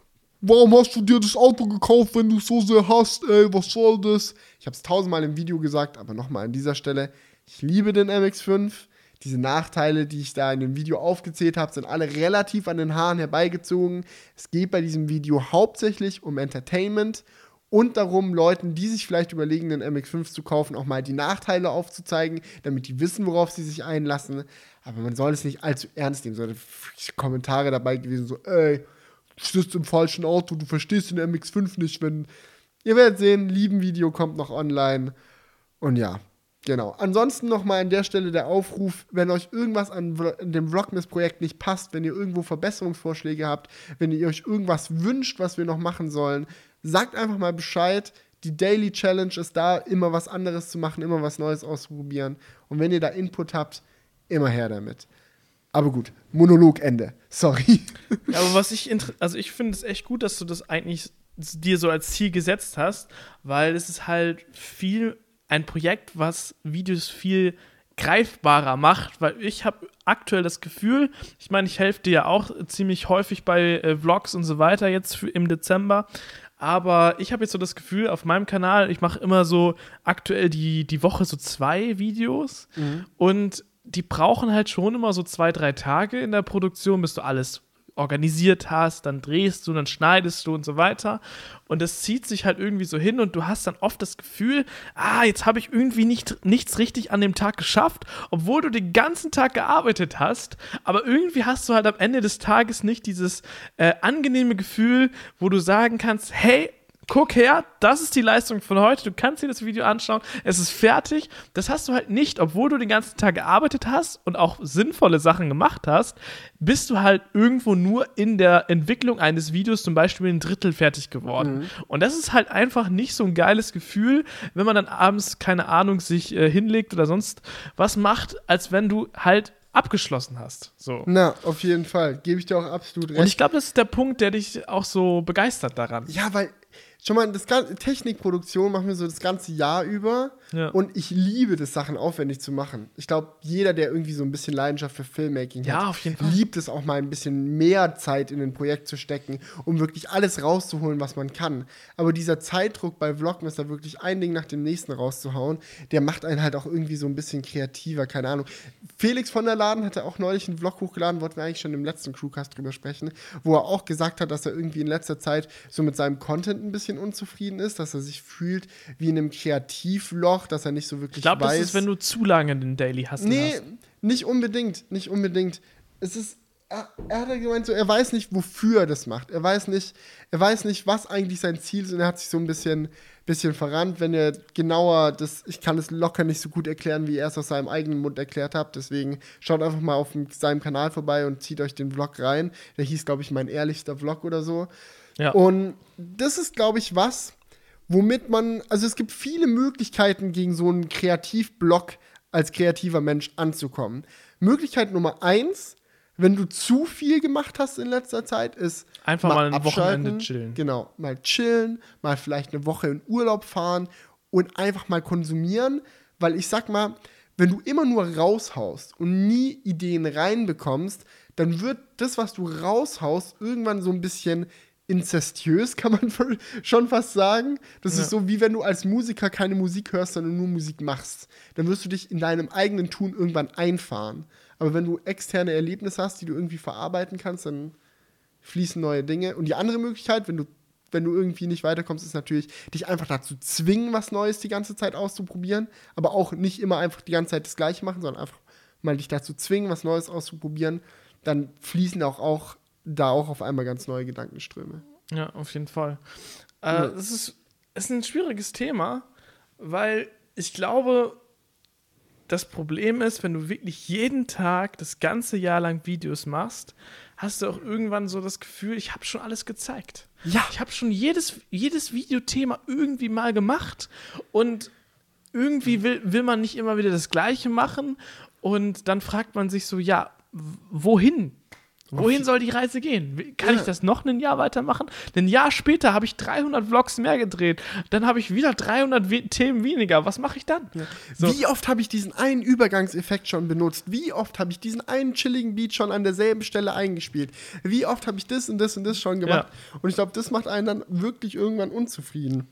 Speaker 2: warum hast du dir das Auto gekauft, wenn du es so sehr hast? Ey, was soll das? Ich habe es tausendmal im Video gesagt, aber nochmal an dieser Stelle. Ich liebe den M X fünf. Diese Nachteile, die ich da in dem Video aufgezählt habe, sind alle relativ an den Haaren herbeigezogen. Es geht bei diesem Video hauptsächlich um Entertainment und darum, Leuten, die sich vielleicht überlegen, den M X fünf zu kaufen, auch mal die Nachteile aufzuzeigen, damit die wissen, worauf sie sich einlassen. Aber man soll es nicht allzu ernst nehmen. So Kommentare dabei gewesen, so, ey, du sitzt im falschen Auto, du verstehst den M X fünf nicht, wenn... Ihr werdet sehen, lieben Video kommt noch online. Und ja, genau. Ansonsten nochmal an der Stelle der Aufruf, wenn euch irgendwas an dem Vlogmas-Projekt nicht passt, wenn ihr irgendwo Verbesserungsvorschläge habt, wenn ihr euch irgendwas wünscht, was wir noch machen sollen, sagt einfach mal Bescheid. Die Daily Challenge ist da, immer was anderes zu machen, immer was Neues auszuprobieren. Und wenn ihr da Input habt, immer her damit. Aber gut, Monologende. Sorry.
Speaker 1: Ja, aber was ich, inter- also ich finde es echt gut, dass du das eigentlich dir so als Ziel gesetzt hast, weil es ist halt viel ein Projekt, was Videos viel greifbarer macht, weil ich habe aktuell das Gefühl, ich meine, ich helfe dir ja auch ziemlich häufig bei äh, Vlogs und so weiter jetzt für, im Dezember, aber ich habe jetzt so das Gefühl, auf meinem Kanal, ich mache immer so aktuell die, die Woche so zwei Videos mhm. und die brauchen halt schon immer so zwei, drei Tage in der Produktion, bis du alles organisiert hast, dann drehst du, dann schneidest du und so weiter. Und das zieht sich halt irgendwie so hin und du hast dann oft das Gefühl, ah, jetzt habe ich irgendwie nicht, nichts richtig an dem Tag geschafft, obwohl du den ganzen Tag gearbeitet hast, aber irgendwie hast du halt am Ende des Tages nicht dieses äh, angenehme Gefühl, wo du sagen kannst, hey, guck her, das ist die Leistung von heute, du kannst dir das Video anschauen, es ist fertig. Das hast du halt nicht, obwohl du den ganzen Tag gearbeitet hast und auch sinnvolle Sachen gemacht hast, bist du halt irgendwo nur in der Entwicklung eines Videos zum Beispiel ein Drittel fertig geworden. Mhm. Und das ist halt einfach nicht so ein geiles Gefühl, wenn man dann abends, keine Ahnung, sich äh, hinlegt oder sonst was macht, als wenn du halt abgeschlossen hast. So.
Speaker 2: Na, auf jeden Fall. Gebe ich dir auch absolut recht.
Speaker 1: Und ich glaube, das ist der Punkt, der dich auch so begeistert daran.
Speaker 2: Ja, weil schon mal, das ganze Technikproduktion machen wir so das ganze Jahr über ja. und ich liebe das, Sachen aufwendig zu machen. Ich glaube, jeder, der irgendwie so ein bisschen Leidenschaft für Filmmaking
Speaker 1: ja,
Speaker 2: hat,
Speaker 1: auf jeden Fall.
Speaker 2: liebt es auch mal ein bisschen mehr Zeit in ein Projekt zu stecken, um wirklich alles rauszuholen, was man kann. Aber dieser Zeitdruck bei Vlogmas, da wirklich ein Ding nach dem nächsten rauszuhauen, der macht einen halt auch irgendwie so ein bisschen kreativer, keine Ahnung. Felix von der Laden hatte auch neulich einen Vlog hochgeladen, wollten wir eigentlich schon im letzten Crewcast drüber sprechen, wo er auch gesagt hat, dass er irgendwie in letzter Zeit so mit seinem Content ein bisschen unzufrieden ist, dass er sich fühlt wie in einem Kreativloch, dass er nicht so wirklich
Speaker 1: ich glaub, weiß. Ich glaube, das ist, wenn du zu lange den Daily Hustle
Speaker 2: nee,
Speaker 1: hast. Nee,
Speaker 2: nicht unbedingt, nicht unbedingt. Es ist, er, er hat gemeint, so, er weiß nicht, wofür er das macht. Er weiß nicht, er weiß nicht, was eigentlich sein Ziel ist und er hat sich so ein bisschen, bisschen verrannt, wenn er genauer, das, ich kann es locker nicht so gut erklären, wie er es aus seinem eigenen Mund erklärt hat, deswegen schaut einfach mal auf seinem Kanal vorbei und zieht euch den Vlog rein. Der hieß, glaube ich, mein ehrlichster Vlog oder so. Ja. Und das ist, glaube ich, was, womit man, also es gibt viele Möglichkeiten, gegen so einen Kreativblock als kreativer Mensch anzukommen. Möglichkeit Nummer eins, wenn du zu viel gemacht hast in letzter Zeit, ist
Speaker 1: einfach mal, mal ein Wochenende chillen.
Speaker 2: Genau, mal chillen, mal vielleicht eine Woche in Urlaub fahren und einfach mal konsumieren, weil ich sag mal, wenn du immer nur raushaust und nie Ideen reinbekommst, dann wird das, was du raushaust, irgendwann so ein bisschen inzestiös, kann man schon fast sagen. Das ja. ist so, wie wenn du als Musiker keine Musik hörst, sondern nur Musik machst. Dann wirst du dich in deinem eigenen Tun irgendwann einfahren. Aber wenn du externe Erlebnisse hast, die du irgendwie verarbeiten kannst, dann fließen neue Dinge. Und die andere Möglichkeit, wenn du, wenn du irgendwie nicht weiterkommst, ist natürlich, dich einfach dazu zwingen, was Neues die ganze Zeit auszuprobieren. Aber auch nicht immer einfach die ganze Zeit das Gleiche machen, sondern einfach mal dich dazu zwingen, was Neues auszuprobieren. Dann fließen auch, auch da auch auf einmal ganz neue Gedankenströme.
Speaker 1: Ja, auf jeden Fall. Äh, ja. Das ist, ist ein schwieriges Thema, weil ich glaube, das Problem ist, wenn du wirklich jeden Tag das ganze Jahr lang Videos machst, hast du auch irgendwann so das Gefühl, ich habe schon alles gezeigt.
Speaker 2: Ja.
Speaker 1: Ich habe schon jedes, jedes Videothema irgendwie mal gemacht und irgendwie will, will man nicht immer wieder das Gleiche machen und dann fragt man sich so, ja, wohin? Wohin soll die Reise gehen? Wie- Kann
Speaker 2: Ja.
Speaker 1: ich das noch ein Jahr weitermachen? Ein Jahr später habe ich dreihundert Vlogs mehr gedreht. Dann habe ich wieder dreihundert we- Themen weniger. Was mache ich dann? So.
Speaker 2: Wie oft habe ich diesen einen Übergangseffekt schon benutzt? Wie oft habe ich diesen einen chilligen Beat schon an derselben Stelle eingespielt? Wie oft habe ich das und das und das schon gemacht? Und ich glaube, das macht einen dann wirklich irgendwann unzufrieden.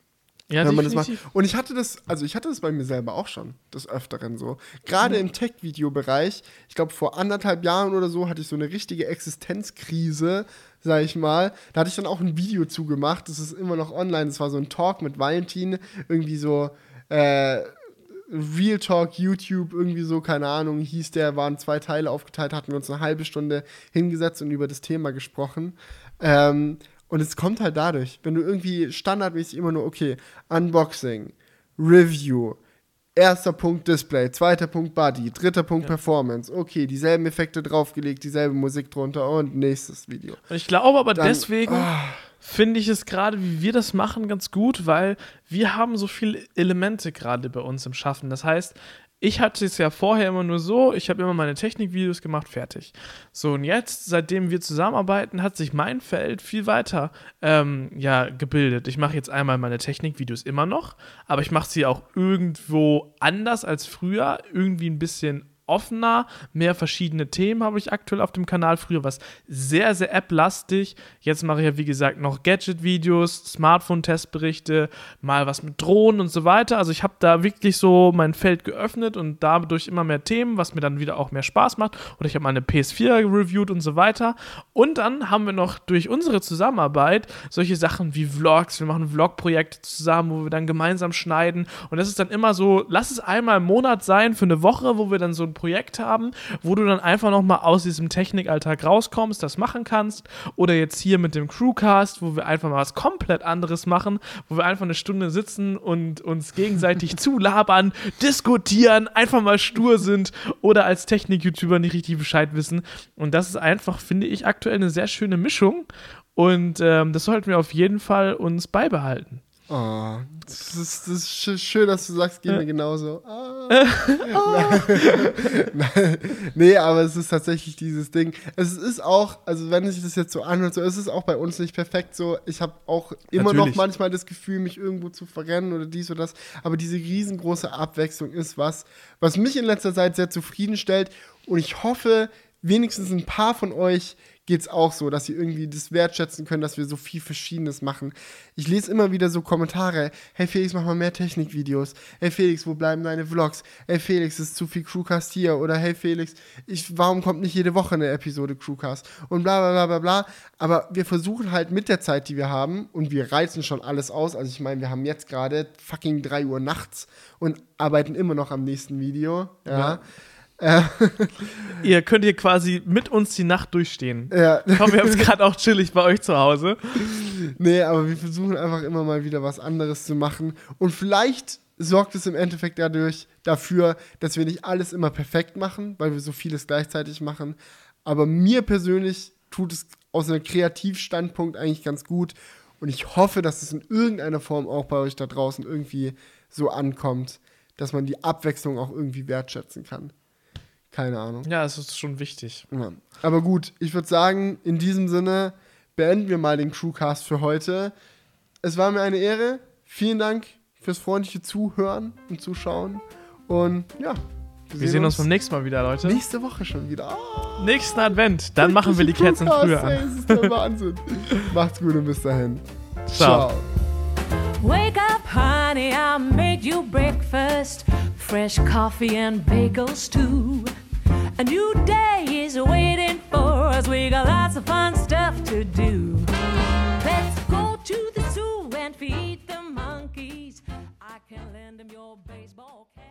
Speaker 1: Ja,
Speaker 2: wenn man das macht.
Speaker 1: definitiv.
Speaker 2: Und ich hatte das, also ich hatte das bei mir selber auch schon, des Öfteren so. Gerade im Tech-Video-Bereich, ich glaube vor anderthalb Jahren oder so, hatte ich so eine richtige Existenzkrise, sag ich mal. Da hatte ich dann auch ein Video zugemacht, das ist immer noch online, das war so ein Talk mit Valentin, irgendwie so, äh, Real Talk, YouTube, irgendwie so, keine Ahnung, hieß der, waren zwei Teile aufgeteilt, hatten wir uns eine halbe Stunde hingesetzt und über das Thema gesprochen. Ähm, und es kommt halt dadurch, wenn du irgendwie standardmäßig immer nur, okay, Unboxing, Review, erster Punkt Display, zweiter Punkt Body, dritter Punkt
Speaker 1: Ja.
Speaker 2: Performance, okay, dieselben Effekte draufgelegt, dieselbe Musik drunter und nächstes Video.
Speaker 1: Und ich glaube aber
Speaker 2: Dann-
Speaker 1: deswegen finde ich es gerade, wie wir das machen, ganz gut, weil wir haben so viele Elemente gerade bei uns im Schaffen. Das heißt, ich hatte es ja vorher immer nur so, ich habe immer meine Technikvideos gemacht, fertig. So, und jetzt, seitdem wir zusammenarbeiten, hat sich mein Feld viel weiter ähm, ja, gebildet. Ich mache jetzt einmal meine Technikvideos immer noch, aber ich mache sie auch irgendwo anders als früher, irgendwie ein bisschen offener, mehr verschiedene Themen habe ich aktuell auf dem Kanal. Früher war es sehr, sehr App-lastig. Jetzt mache ich ja, wie gesagt, noch Gadget-Videos, Smartphone-Testberichte, mal was mit Drohnen und so weiter. Also ich habe da wirklich so mein Feld geöffnet und dadurch immer mehr Themen, was mir dann wieder auch mehr Spaß macht. Oder ich habe meine P S vier reviewed und so weiter. Und dann haben wir noch durch unsere Zusammenarbeit solche Sachen wie Vlogs. Wir machen Vlog-Projekte zusammen, wo wir dann gemeinsam schneiden. Und das ist dann immer so, lass es einmal im Monat sein für eine Woche, wo wir dann so ein Projekt haben, wo du dann einfach nochmal aus diesem Technikalltag rauskommst, das machen kannst. Oder jetzt hier mit dem Crewcast, wo wir einfach mal was komplett anderes machen, wo wir einfach eine Stunde sitzen und uns gegenseitig zulabern, diskutieren, einfach mal stur sind oder als Technik-YouTuber nicht richtig Bescheid wissen. Und das ist einfach, finde ich, aktuell eine sehr schöne Mischung. Und ähm, das sollten wir auf jeden Fall uns beibehalten.
Speaker 2: Oh, das ist, das ist sch- schön, dass du sagst, geht
Speaker 1: Ja.
Speaker 2: mir genauso. Ah. Nein, nee, aber es ist tatsächlich dieses Ding. Es ist auch, also wenn sich das jetzt so anhört, so ist es auch bei uns nicht perfekt so. Ich habe auch immer
Speaker 1: Natürlich.
Speaker 2: noch manchmal das Gefühl, mich irgendwo zu verrennen oder dies oder das. Aber diese riesengroße Abwechslung ist was, was mich in letzter Zeit sehr zufriedenstellt. Und ich hoffe, wenigstens ein paar von euch geht's auch so, dass ihr irgendwie das wertschätzen könnt, dass wir so viel Verschiedenes machen. Ich lese immer wieder so Kommentare, hey Felix, mach mal mehr Technikvideos. Hey Felix, wo bleiben deine Vlogs? Hey Felix, es ist zu viel Crewcast hier. Oder hey Felix, ich, warum kommt nicht jede Woche eine Episode Crewcast? Und bla bla bla bla bla. Aber wir versuchen halt mit der Zeit, die wir haben, und wir reizen schon alles aus. Also ich meine, wir haben jetzt gerade fucking drei Uhr nachts und arbeiten immer noch am nächsten Video. Ja.
Speaker 1: Ja.
Speaker 2: Äh,
Speaker 1: Ihr könnt hier quasi mit uns die Nacht durchstehen.
Speaker 2: ja.
Speaker 1: Ich hoffe, ihr habt es gerade auch chillig bei euch zu Hause.
Speaker 2: Nee, aber wir versuchen einfach immer mal wieder was anderes zu machen. Und vielleicht sorgt es im Endeffekt dadurch dafür, dass wir nicht alles immer perfekt machen, weil wir so vieles gleichzeitig machen. Aber mir persönlich tut es aus einem Kreativstandpunkt eigentlich ganz gut. Und ich hoffe, dass es in irgendeiner Form auch bei euch da draußen irgendwie so ankommt, dass man die Abwechslung auch irgendwie wertschätzen kann. Keine Ahnung.
Speaker 1: Ja, es ist schon wichtig.
Speaker 2: Ja. Aber gut, ich würde sagen, in diesem Sinne beenden wir mal den Crewcast für heute. Es war mir eine Ehre. Vielen Dank fürs freundliche Zuhören und Zuschauen. Und ja,
Speaker 1: Wir sehen uns beim nächsten Mal wieder, Leute.
Speaker 2: nächste Woche schon wieder. Oh,
Speaker 1: Nächsten Advent. Dann machen wir die Kerzen
Speaker 2: Crewcast,
Speaker 1: früher
Speaker 2: ey,
Speaker 1: an.
Speaker 2: das ist der Wahnsinn. Macht's gut und bis dahin.
Speaker 1: Ciao.
Speaker 2: Ciao.
Speaker 3: Wake up, honey, I made you breakfast. Fresh coffee and bagels too. A new day is waiting for us. We got lots of fun stuff to do. Let's go to the zoo and feed the monkeys. I can lend them your baseball cap.